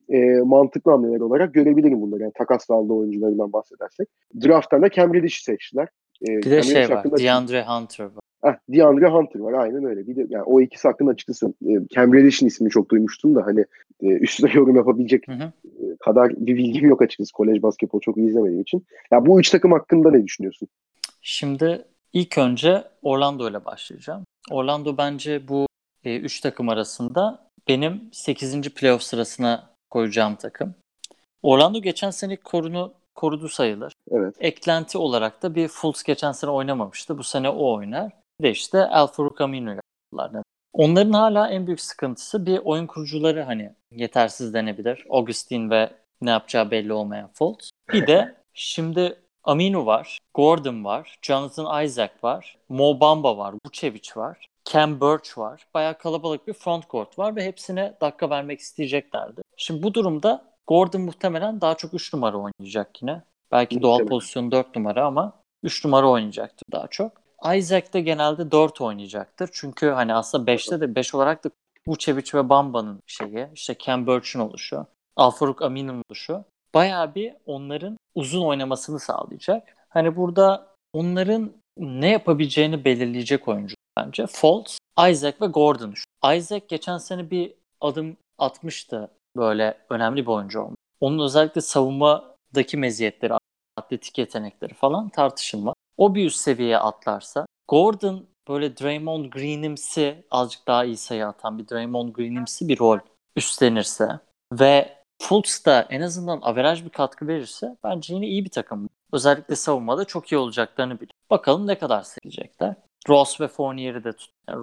mantıklı hamleler olarak görebilirim bunları. Yani takasla aldığı oyuncularından bahsedersek. Draft'tan da Cam Reddish'i seçtiler. Bir de Cam Reddish şey var. hakkında DeAndre Hunter var. DeAndre Hunter var. Aynen öyle. Bir de yani o ikisi hakkında açıkçası Cam Reddish'in ismini çok duymuştum da hani üstüne yorum yapabilecek Hı hı. kadar bir bilgim yok açıkçası. Kolej basketbolu çok iyi izlemediğim için. Ya bu üç takım hakkında ne düşünüyorsun? Şimdi ilk önce Orlando ile başlayacağım. Orlando bence bu 3 takım arasında benim 8. playoff sırasına koyacağım takım. Orlando geçen sene korudu sayılır. Evet. Eklenti olarak da bir Fultz geçen sene oynamamıştı. Bu sene o oynar. Bir de işte Al-Farouq Aminu yaptılar. Onların hala en büyük sıkıntısı bir oyun kurucuları hani yetersiz denebilir. Augustin ve ne yapacağı belli olmayan Fultz. Bir de şimdi Aminu var, Gordon var, Jonathan Isaac var, Mo Bamba var, Vucevic var, Cam Birch var. Bayağı kalabalık bir front court var ve hepsine dakika vermek isteyeceklerdi. Şimdi bu durumda Gordon muhtemelen daha çok 3 numara oynayacak yine. Belki doğal Muhtemelen. pozisyonu 4 numara ama 3 numara oynayacaktır daha çok. Isaac de genelde 4 oynayacaktır. Çünkü hani aslında 5'te de 5 olarak da Vucevic ve Bamba'nın şeyi, işte Cam Birch'in oluşu, Al-Farouq Amin'in oluşu bayağı bir onların uzun oynamasını sağlayacak. Hani burada onların ne yapabileceğini belirleyecek oyuncu bence. Fultz, Isaac ve Gordon. Isaac geçen sene bir adım atmıştı, böyle önemli bir oyuncu olmuş. Onun özellikle savunmadaki meziyetleri, atletik yetenekleri falan tartışılmaz. O bir üst seviyeye atlarsa, Gordon böyle Draymond Green'imsi, azıcık daha iyi sayı atan bir Draymond Green'imsi bir rol üstlenirse ve Fultz da en azından averaj bir katkı verirse bence yine iyi bir takım. Özellikle savunmada çok iyi olacaklarını biliyorum. Bakalım ne kadar sevecekler. Ross ve Fournier'i de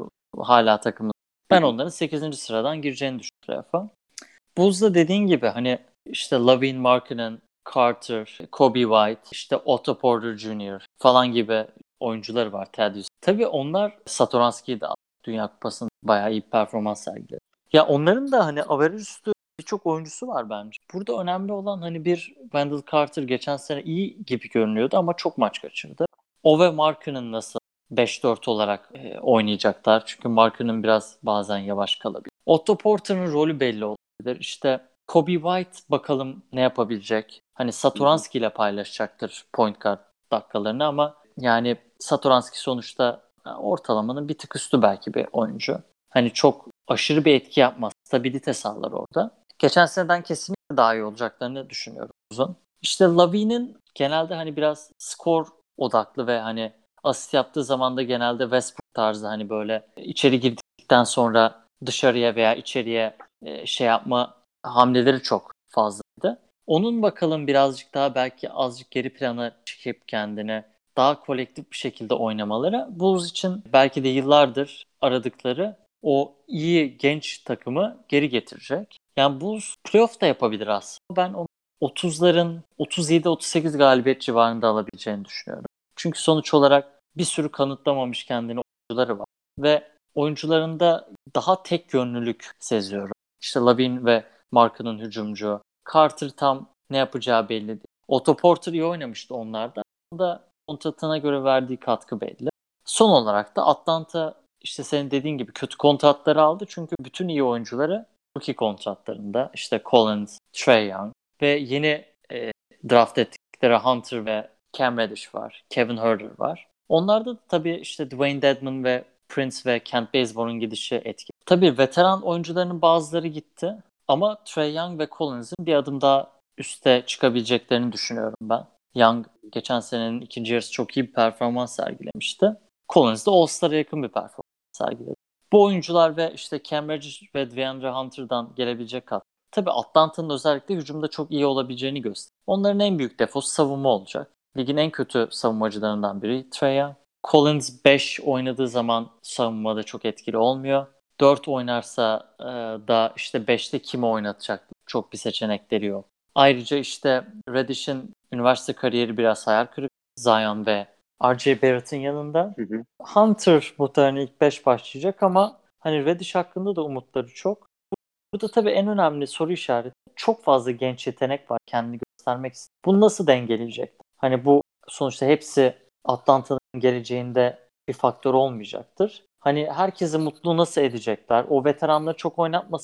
hala takımda. Ben onların 8. sıradan gireceğini düşünüyorum. Bulls'da dediğin gibi hani işte Lavine Markkanen, Carter, Kobe White, işte Otto Porter Jr. falan gibi oyuncuları var. Thaddeus. Tabii onlar Satoranski'yi de aldı. Dünya Kupası'nda bayağı iyi bir performans sergiledi. Ya onların da hani averaj üstü birçok oyuncusu var bence. Burada önemli olan hani bir Wendell Carter geçen sene iyi gibi görünüyordu ama çok maç kaçırdı. O ve Markkanen nasıl 5-4 olarak oynayacaklar. Çünkü Markkanen biraz bazen yavaş kalabilir. Otto Porter'ın rolü belli olabilir. İşte Kobe White bakalım ne yapabilecek. Hani Satoranski ile paylaşacaktır point guard dakikalarını ama yani Satoranski sonuçta ortalamanın bir tık üstü belki bir oyuncu. Hani çok aşırı bir etki yapmaz. Stabilite sağlar orada. Geçen seneden kesinlikle daha iyi olacaklarını düşünüyorum uzun. İşte Lavine'in genelde hani biraz skor odaklı ve hani asist yaptığı zaman da genelde Westbrook tarzı hani böyle içeri girdikten sonra dışarıya veya içeriye şey yapma hamleleri çok fazlaydı. Onun bakalım birazcık daha belki azıcık geri plana çekip kendini daha kolektif bir şekilde oynamaları Bulls için belki de yıllardır aradıkları o iyi genç takımı geri getirecek. Yani Bulls playoff da yapabilir aslında. Ben onu 30'ların 37-38 galibiyet civarında alabileceğini düşünüyorum. Çünkü sonuç olarak bir sürü kanıtlamamış kendini oyuncuları var. Ve oyuncularında daha tek yönlülük seziyorum. İşte Lavin ve Markkanen hücumcu. Carter tam ne yapacağı belli değil. Otto Porter iyi oynamıştı onlarda. O da kontratına göre verdiği katkı belli. Son olarak da Atlanta işte senin dediğin gibi kötü kontratları aldı. Çünkü bütün iyi oyuncuları rookie kontratlarında. İşte Collins, Trae Young ve yeni draft ettikleri Hunter ve Cam Reddish var. Kevin Huerter var. Onlarda da tabii işte Dwayne Dedmon ve Prince ve Kent Bazemore'un gidişi etkili. Tabii veteran oyuncularının bazıları gitti ama Trae Young ve Collins'in bir adım daha üste çıkabileceklerini düşünüyorum ben. Young geçen senenin ikinci yarısı çok iyi bir performans sergilemişti. Collins de All-Star'a yakın bir performans sergiledi. Bu oyuncular ve işte Cam Reddish ve DeAndre Hunter'dan gelebilecek katkı. Tabii Atlanta'nın özellikle hücumda çok iyi olabileceğini gösteriyor. Onların en büyük defosu savunma olacak. Ligin en kötü savunmacılarından biri Trae Young. Collins 5 oynadığı zaman savunmada çok etkili olmuyor. 4 oynarsa da işte 5'te kimi oynatacak çok bir seçenekleri yok. Ayrıca işte Reddish'in üniversite kariyeri biraz hayal kırıklığı. Zion ve R.J. Barrett'ın yanında. Hı hı. Hunter muhtemelen ilk 5 başlayacak ama hani Reddish hakkında da umutları çok. Burada tabii en önemli soru işareti. Çok fazla genç yetenek var kendini göstermek istiyor. Bunu nasıl dengeleyecek? Hani bu sonuçta hepsi Atlanta'nın geleceğinde bir faktör olmayacaktır. Hani herkesi mutlu nasıl edecekler? O veteranları çok oynatmasalar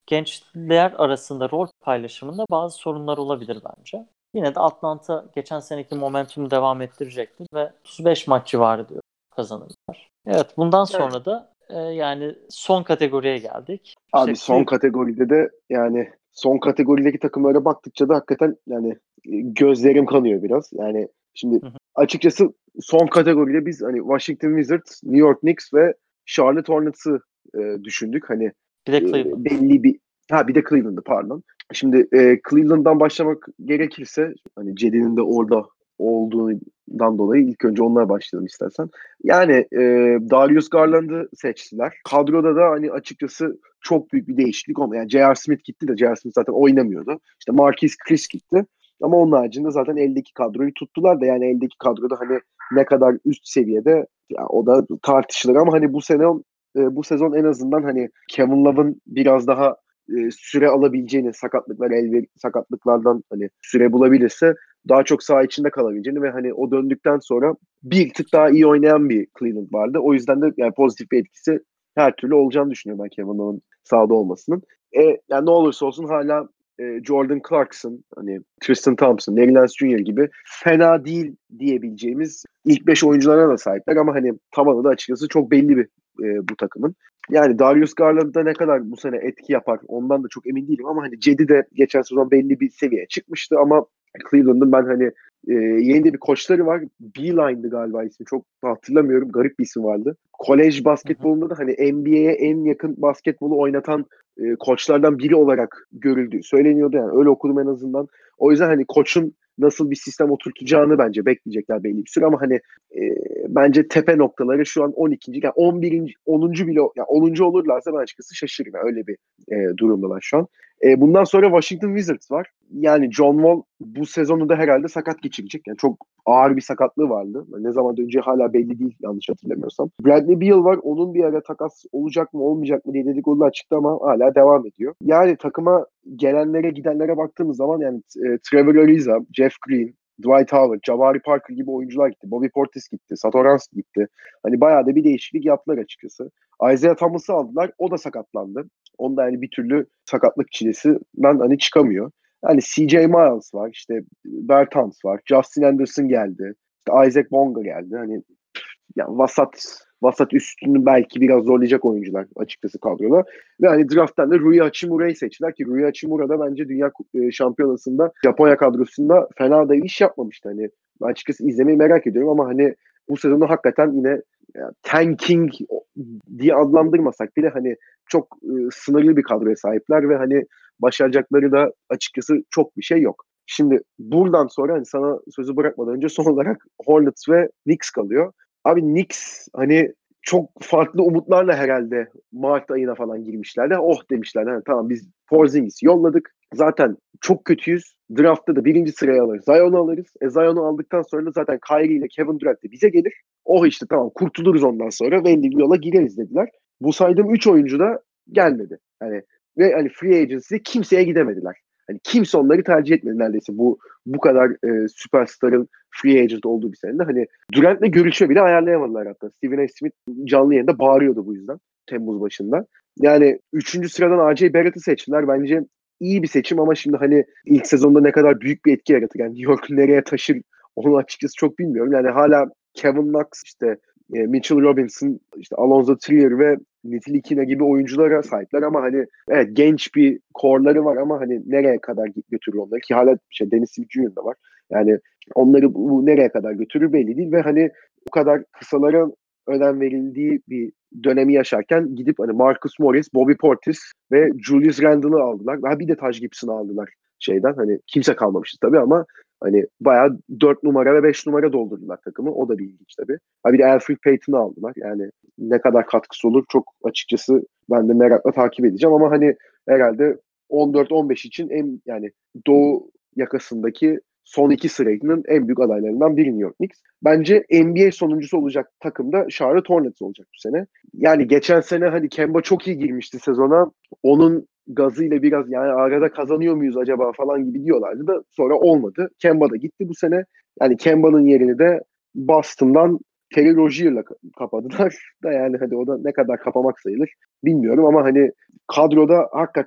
gençler arasında rol paylaşımında bazı sorunlar olabilir bence. Yine de Atlanta geçen seneki momentumu devam ettirecektir ve 35 maç civarı diyor kazanırlar. Evet, bundan Yani, sonra da yani son kategoriye geldik. abi İşte son kategoride de yani son kategorideki takımlara baktıkça da hakikaten yani gözlerim kanıyor biraz. Yani şimdi Hı hı. açıkçası son kategoride biz hani Washington Wizards, New York Knicks ve Charlotte Hornets'ı düşündük. Hani Bir de Cleveland. belli bir bir de Cleveland'ı pardon. Şimdi Cleveland'dan başlamak gerekirse hani Cedi'nin de orada olduğundan dolayı ilk önce onlara başlayalım istersen. Yani Darius Garland'ı seçtiler. Kadroda da hani açıkçası çok büyük bir değişiklik olmadı. Yani J.R. Smith gitti de J.R. Smith zaten oynamıyordu. İşte Marquise Chris gitti. Ama onun haricinde zaten eldeki kadroyu tuttular da yani eldeki kadroda hani ne kadar üst seviyede ya o da tartışılır ama hani bu sezon en azından hani Kevin Love'ın biraz daha süre alabileceğini sakatlıklardan hani süre bulabilirse daha çok saha içinde kalabileceğini ve hani o döndükten sonra bir tık daha iyi oynayan bir Cleveland vardı. O yüzden de yani pozitif bir etkisi her türlü olacağını düşünüyorum ben Kevin Love'ın sahada olmasının. Yani ne olursa olsun hala Jordan Clarkson, hani Tristan Thompson, Larry Nance Jr. gibi fena değil diyebileceğimiz ilk 5 oyunculara da sahipler ama hani tavanı da açıkçası çok belli bir bu takımın. Yani Darius Garland'da ne kadar bu sene etki yapar ondan da çok emin değilim ama hani Cedi de geçen sezon belli bir seviyeye çıkmıştı ama Cleveland'ın ben hani yeni de bir koçları var. Beeline'dı galiba ismi. Çok hatırlamıyorum. Garip bir isim vardı. Kolej Hı hı. basketbolunda da hani NBA'ye en yakın basketbolu oynatan koçlardan biri olarak görüldüğü söyleniyordu. Yani öyle okudum en azından. O yüzden hani koçun nasıl bir sistem oturtacağını bence bekleyecekler belli bir süre ama hani bence tepe noktaları şu an 12. yani 11. 10. bile yani 10. olurlarsa ben açıkçası şaşırırım. Yani öyle bir durumdalar şu an. Bundan sonra Washington Wizards var. Yani John Wall bu sezonu da herhalde sakat geçirecek. Yani çok ağır bir sakatlığı vardı. Ne zaman döneceği hala belli değil yanlış hatırlamıyorsam. Bradley Beal var. Onun bir ara takas olacak mı olmayacak mı diye dedikodular çıktı ama hala devam ediyor. Yani takıma gelenlere gidenlere baktığımız zaman yani Trevor Ariza, Jeff Green, Dwight Howard, Jabari Parker gibi oyuncular gitti. Bobby Portis gitti. Satoransky gitti. Hani bayağı da bir değişiklik yaptılar açıkçası. Isaiah Thomas'ı aldılar. O da sakatlandı. Onda yani bir türlü sakatlık çilesinden hani çıkamıyor. Yani CJ Miles var, işte Bertans var, Justin Anderson geldi, işte Isaac Bonga geldi. Hani yani vasat üstünü belki biraz zorlayacak oyuncular açıkçası kadroda. Ve hani drafttan da Rui Hachimura'yı seçtiler ki Rui Hachimura da bence Dünya Şampiyonası'nda Japonya kadrosunda fena da iş yapmamıştı. Hani ben açıkçası izlemeyi merak ediyorum ama hani bu sezonu hakikaten yine tanking diye adlandırmasak bile hani çok sınırlı bir kadroya sahipler ve hani başaracakları da açıkçası çok bir şey yok. Şimdi buradan sonra hani sana sözü bırakmadan önce son olarak Hornets ve Knicks kalıyor. Abi Knicks hani çok farklı umutlarla herhalde Mart ayına falan girmişlerdi. Oh demişler. Yani, tamam biz Porzingis'i yolladık. Zaten çok kötüyüz. Draft'ta da birinci sıraya alırız. Zion'u alırız. Zion'u aldıktan sonra da zaten Kyrie ile Kevin Durant de bize gelir. Oh işte tamam kurtuluruz ondan sonra. Belli bir yola gireriz dediler. Bu saydığım 3 oyuncu da gelmedi. Hani ve hani free agency'de kimseye gidemediler. Hani kimse onları tercih etmedi neredeyse bu kadar süperstarın free agent olduğu bir senede. Hani Durant'le görüşme bile ayarlayamadılar hatta. Stephen A. Smith canlı yayında bağırıyordu bu yüzden Temmuz başında. Yani 3. sıradan R.J. Barrett'ı seçtiler. Bence iyi bir seçim ama şimdi hani ilk sezonda ne kadar büyük bir etki yaratır. Yani New York nereye taşır onu açıkçası çok bilmiyorum. Yani hala Kevin Knox, işte Mitchell Robinson, işte Alonzo Trier ve Ntilikina gibi oyunculara sahipler ama hani evet genç bir core'ları var ama hani nereye kadar götürür onları ki hala Dennis Smith Jr. da var. Yani onları bu nereye kadar götürür belli değil ve hani bu kadar kısalara önem verildiği bir dönemi yaşarken gidip hani Marcus Morris, Bobby Portis ve Julius Randle'ı aldılar. Ve bir de Taj Gibson'ı aldılar şeyden. Hani kimse kalmamıştı tabii ama hani bayağı 4 numara ve 5 numara doldurdular takımı. O da bir ilginç tabii. Bir de Elfrid Payton'ı aldılar. Yani ne kadar katkısı olur çok açıkçası ben de merakla takip edeceğim ama hani herhalde 14-15 için en yani Doğu yakasındaki son 2 sırasının en büyük adaylarından biri New York Knicks. Bence NBA sonuncusu olacak takım da Charlotte Hornets olacak bu sene. Yani geçen sene hani Kemba çok iyi girmişti sezona. Onun gazıyla biraz yani arada kazanıyor muyuz acaba falan gibi diyorlardı da sonra olmadı. Kemba da gitti bu sene. Yani Kemba'nın yerini de Boston'dan Terry Rozier'la kapadılar. Da yani hadi o da ne kadar kapamak sayılır bilmiyorum ama hani kadroda hakikaten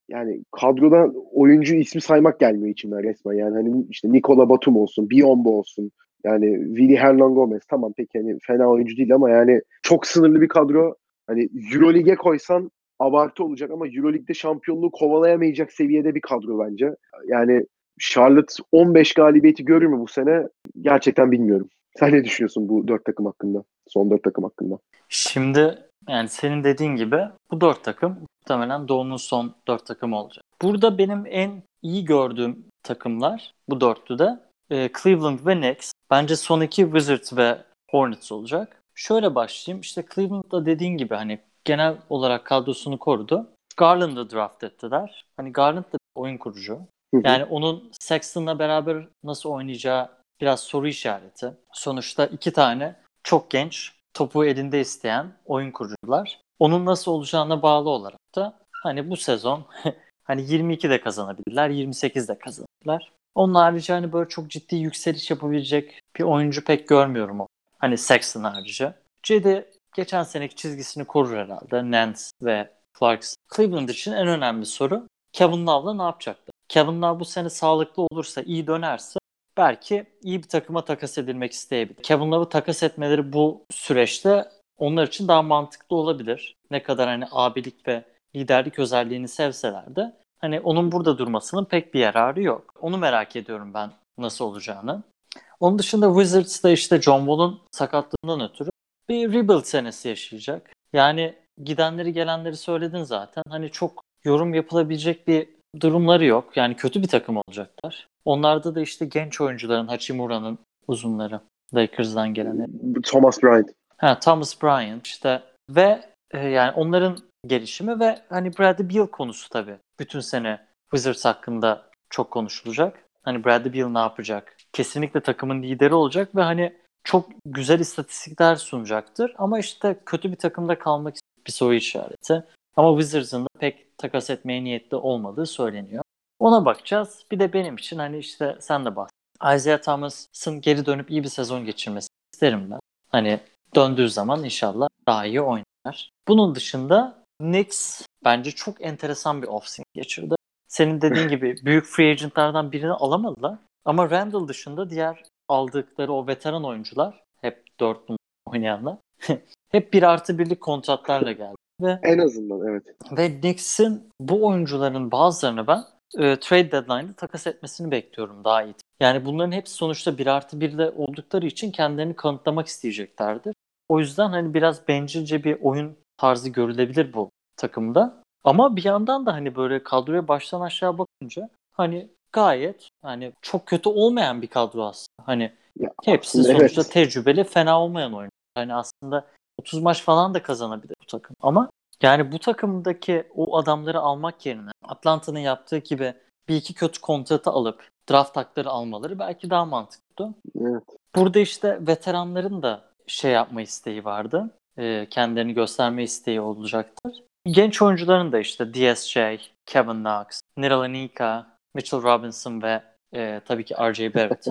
yani kadrodan oyuncu ismi saymak gelmiyor içimden resmen. Yani hani işte Nikola Batum olsun, Biyombo olsun. Yani Willy Hernangomez tamam peki hani fena oyuncu değil ama yani çok sınırlı bir kadro. Hani Euroleague'e koysan abartı olacak ama Euroleague'de şampiyonluğu kovalayamayacak seviyede bir kadro bence. Yani Charlotte 15 galibiyeti görür mü bu sene? Gerçekten bilmiyorum. Sen ne düşünüyorsun bu dört takım hakkında? Son dört takım hakkında? Şimdi yani senin dediğin gibi bu dört takım muhtemelen Doğu'nun son dört takımı olacak. Burada benim en iyi gördüğüm takımlar bu dörtlüde Cleveland ve Knicks. Bence son iki Wizards ve Hornets olacak. Şöyle başlayayım. İşte Cleveland'da dediğin gibi hani genel olarak kadrosunu korudu. Garland'ı draft ettiler. Hani Garland da bir oyun kurucu. Hı hı. Yani onun Sexton'la beraber nasıl oynayacağı biraz soru işareti. Sonuçta iki tane çok genç, topu elinde isteyen oyun kurucular. Onun nasıl olacağına bağlı olarak da hani bu sezon hani 22 de kazanabilirler, 28 de kazanabilirler. Onun harici hani böyle çok ciddi yükseliş yapabilecek bir oyuncu pek görmüyorum o. Hani Sexton harici. Cedi geçen seneki çizgisini korur herhalde. Nance ve Clarkson. Cleveland için en önemli soru Kevin Love'la ne yapacaktı? Kevin Love bu sene sağlıklı olursa, iyi dönerse belki iyi bir takıma takas edilmek isteyebilir. Kevin Love'ı takas etmeleri bu süreçte onlar için daha mantıklı olabilir. Ne kadar hani abilik ve liderlik özelliğini sevseler de hani onun burada durmasının pek bir yararı yok. Onu merak ediyorum ben nasıl olacağını. Onun dışında Wizards'da işte John Wall'un sakatlığından ötürü bir rebuild senesi yaşayacak. Yani gidenleri gelenleri söyledin zaten. Hani çok yorum yapılabilecek bir durumları yok. Yani kötü bir takım olacaklar. Onlarda da işte genç oyuncuların Hachimura'nın uzunları Lakers'dan geleni. Thomas Bryant. Thomas Bryant işte ve yani onların gelişimi ve hani Bradley Beal konusu tabii. Bütün sene Wizards hakkında çok konuşulacak. Hani Bradley Beal ne yapacak? Kesinlikle takımın lideri olacak ve hani çok güzel istatistikler sunacaktır. Ama işte kötü bir takımda kalmak bir soru işareti. Ama Wizards'ın da pek takas etmeye niyetli olmadığı söyleniyor. Ona bakacağız. Bir de benim için hani işte sen de bahset. Isaiah Thomas'ın geri dönüp iyi bir sezon geçirmesi isterim ben. Hani döndüğü zaman inşallah daha iyi oynar. Bunun dışında Knicks bence çok enteresan bir offseason geçirdi. Senin dediğin gibi büyük free agentlardan birini alamadılar. Ama Randall dışında diğer aldıkları o veteran oyuncular hep 4 numara oynayanlar hep 1+1'lik kontratlarla geldi. Ve En azından evet. Knicks'in bu oyuncuların bazılarını ben trade deadline'da takas etmesini bekliyorum daha iyi. Yani bunların hepsi sonuçta 1+1'de oldukları için kendilerini kanıtlamak isteyeceklerdir. O yüzden hani biraz bencilce bir oyun tarzı görülebilir bu takımda. Ama bir yandan da hani böyle kadroya baştan aşağı bakınca hani gayet hani çok kötü olmayan bir kadro aslında. Hani Ya hepsi aslında sonuçta evet. tecrübeli, fena olmayan oyuncu. Hani aslında 30 maç falan da kazanabilir bu takım. Ama yani bu takımdaki o adamları almak yerine Atlanta'nın yaptığı gibi bir iki kötü kontratı alıp draft hakları almaları belki daha mantıklı. Evet. Burada işte veteranların da şey yapma isteği vardı. Kendilerini gösterme isteği olacaktır. Genç oyuncuların da işte DSJ, Kevin Knox, Niralinka, Mitchell Robinson ve tabii ki RJ Barrett.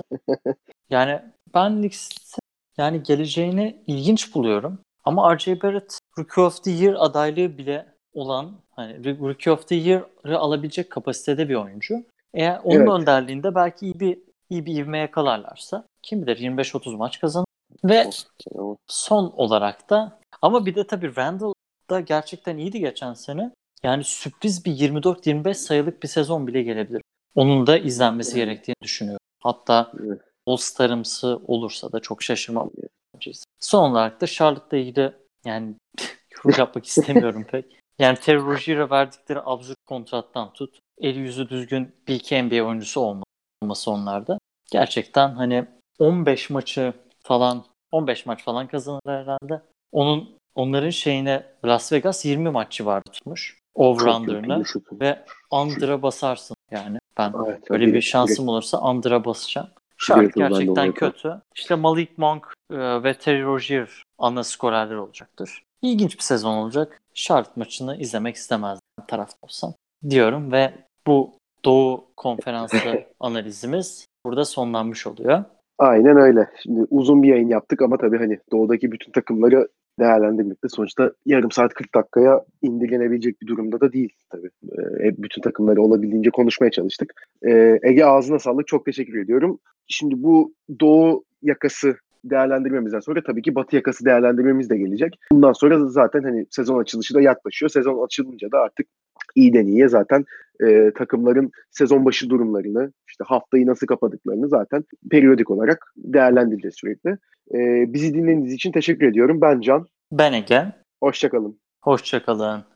Yani ben Knicks'in yani geleceğini ilginç buluyorum. Ama RJ Barrett Rookie of the Year adaylığı bile olan hani Rookie of the Year'ı alabilecek kapasitede bir oyuncu. Eğer onun Evet. önderliğinde belki iyi bir ivme yakalarlarsa kim bilir 25-30 maç kazanır. Ve Ama son olarak da ama bir de tabii Randall da gerçekten iyiydi geçen sene. Yani sürpriz bir 24-25 sayılık bir sezon bile gelebilir. Onun da izlenmesi yani, gerektiğini düşünüyorum. Hatta evet. All-Star'ımsı olursa da çok şaşırmam. Son olarak da Charlotte'la ilgili yani yorum yapmak istemiyorum pek. Yani Terry Rozier'e verdikleri absürt kontrattan tut. Eli yüzü düzgün bir iki NBA oyuncusu olması onlarda. Gerçekten hani 15 maçı falan 15 maç falan kazanırlar herhalde. Onların şeyine Las Vegas 20 maç civarı tutmuş. Çok kötü bir Over-under'ını şut. ve under'a basarsın yani. Ben Evet. öyle bir şansım olursa under'a basacağım. Charlotte Birebir ben de onu gerçekten yaparım. kötü. İşte Malik Monk ve Terry Rozier ana skorerler olacaktır. İlginç bir sezon olacak. Charlotte maçını izlemek istemezdim tarafta olsam diyorum ve bu Doğu Konferansı analizimiz burada sonlanmış oluyor. Aynen öyle. Şimdi uzun bir yayın yaptık ama tabii hani doğudaki bütün takımları değerlendirmekte. Sonuçta yarım saat 40 dakikaya indirgenebilecek bir durumda da değil tabii. Hep bütün takımları olabildiğince konuşmaya çalıştık. Ege, ağzına sağlık. Çok teşekkür ediyorum. Şimdi bu Doğu yakası değerlendirmemizden sonra tabii ki Batı yakası değerlendirmemiz de gelecek. Bundan sonra zaten hani sezon açılışı da yaklaşıyor. Sezon açılınca da artık iyiden iyiye zaten takımların sezon başı durumlarını, işte haftayı nasıl kapadıklarını zaten periyodik olarak değerlendireceğiz sürekli. Bizi dinlediğiniz için teşekkür ediyorum. Ben Can. Ben Ege. Hoşça kalın. Hoşça kalın.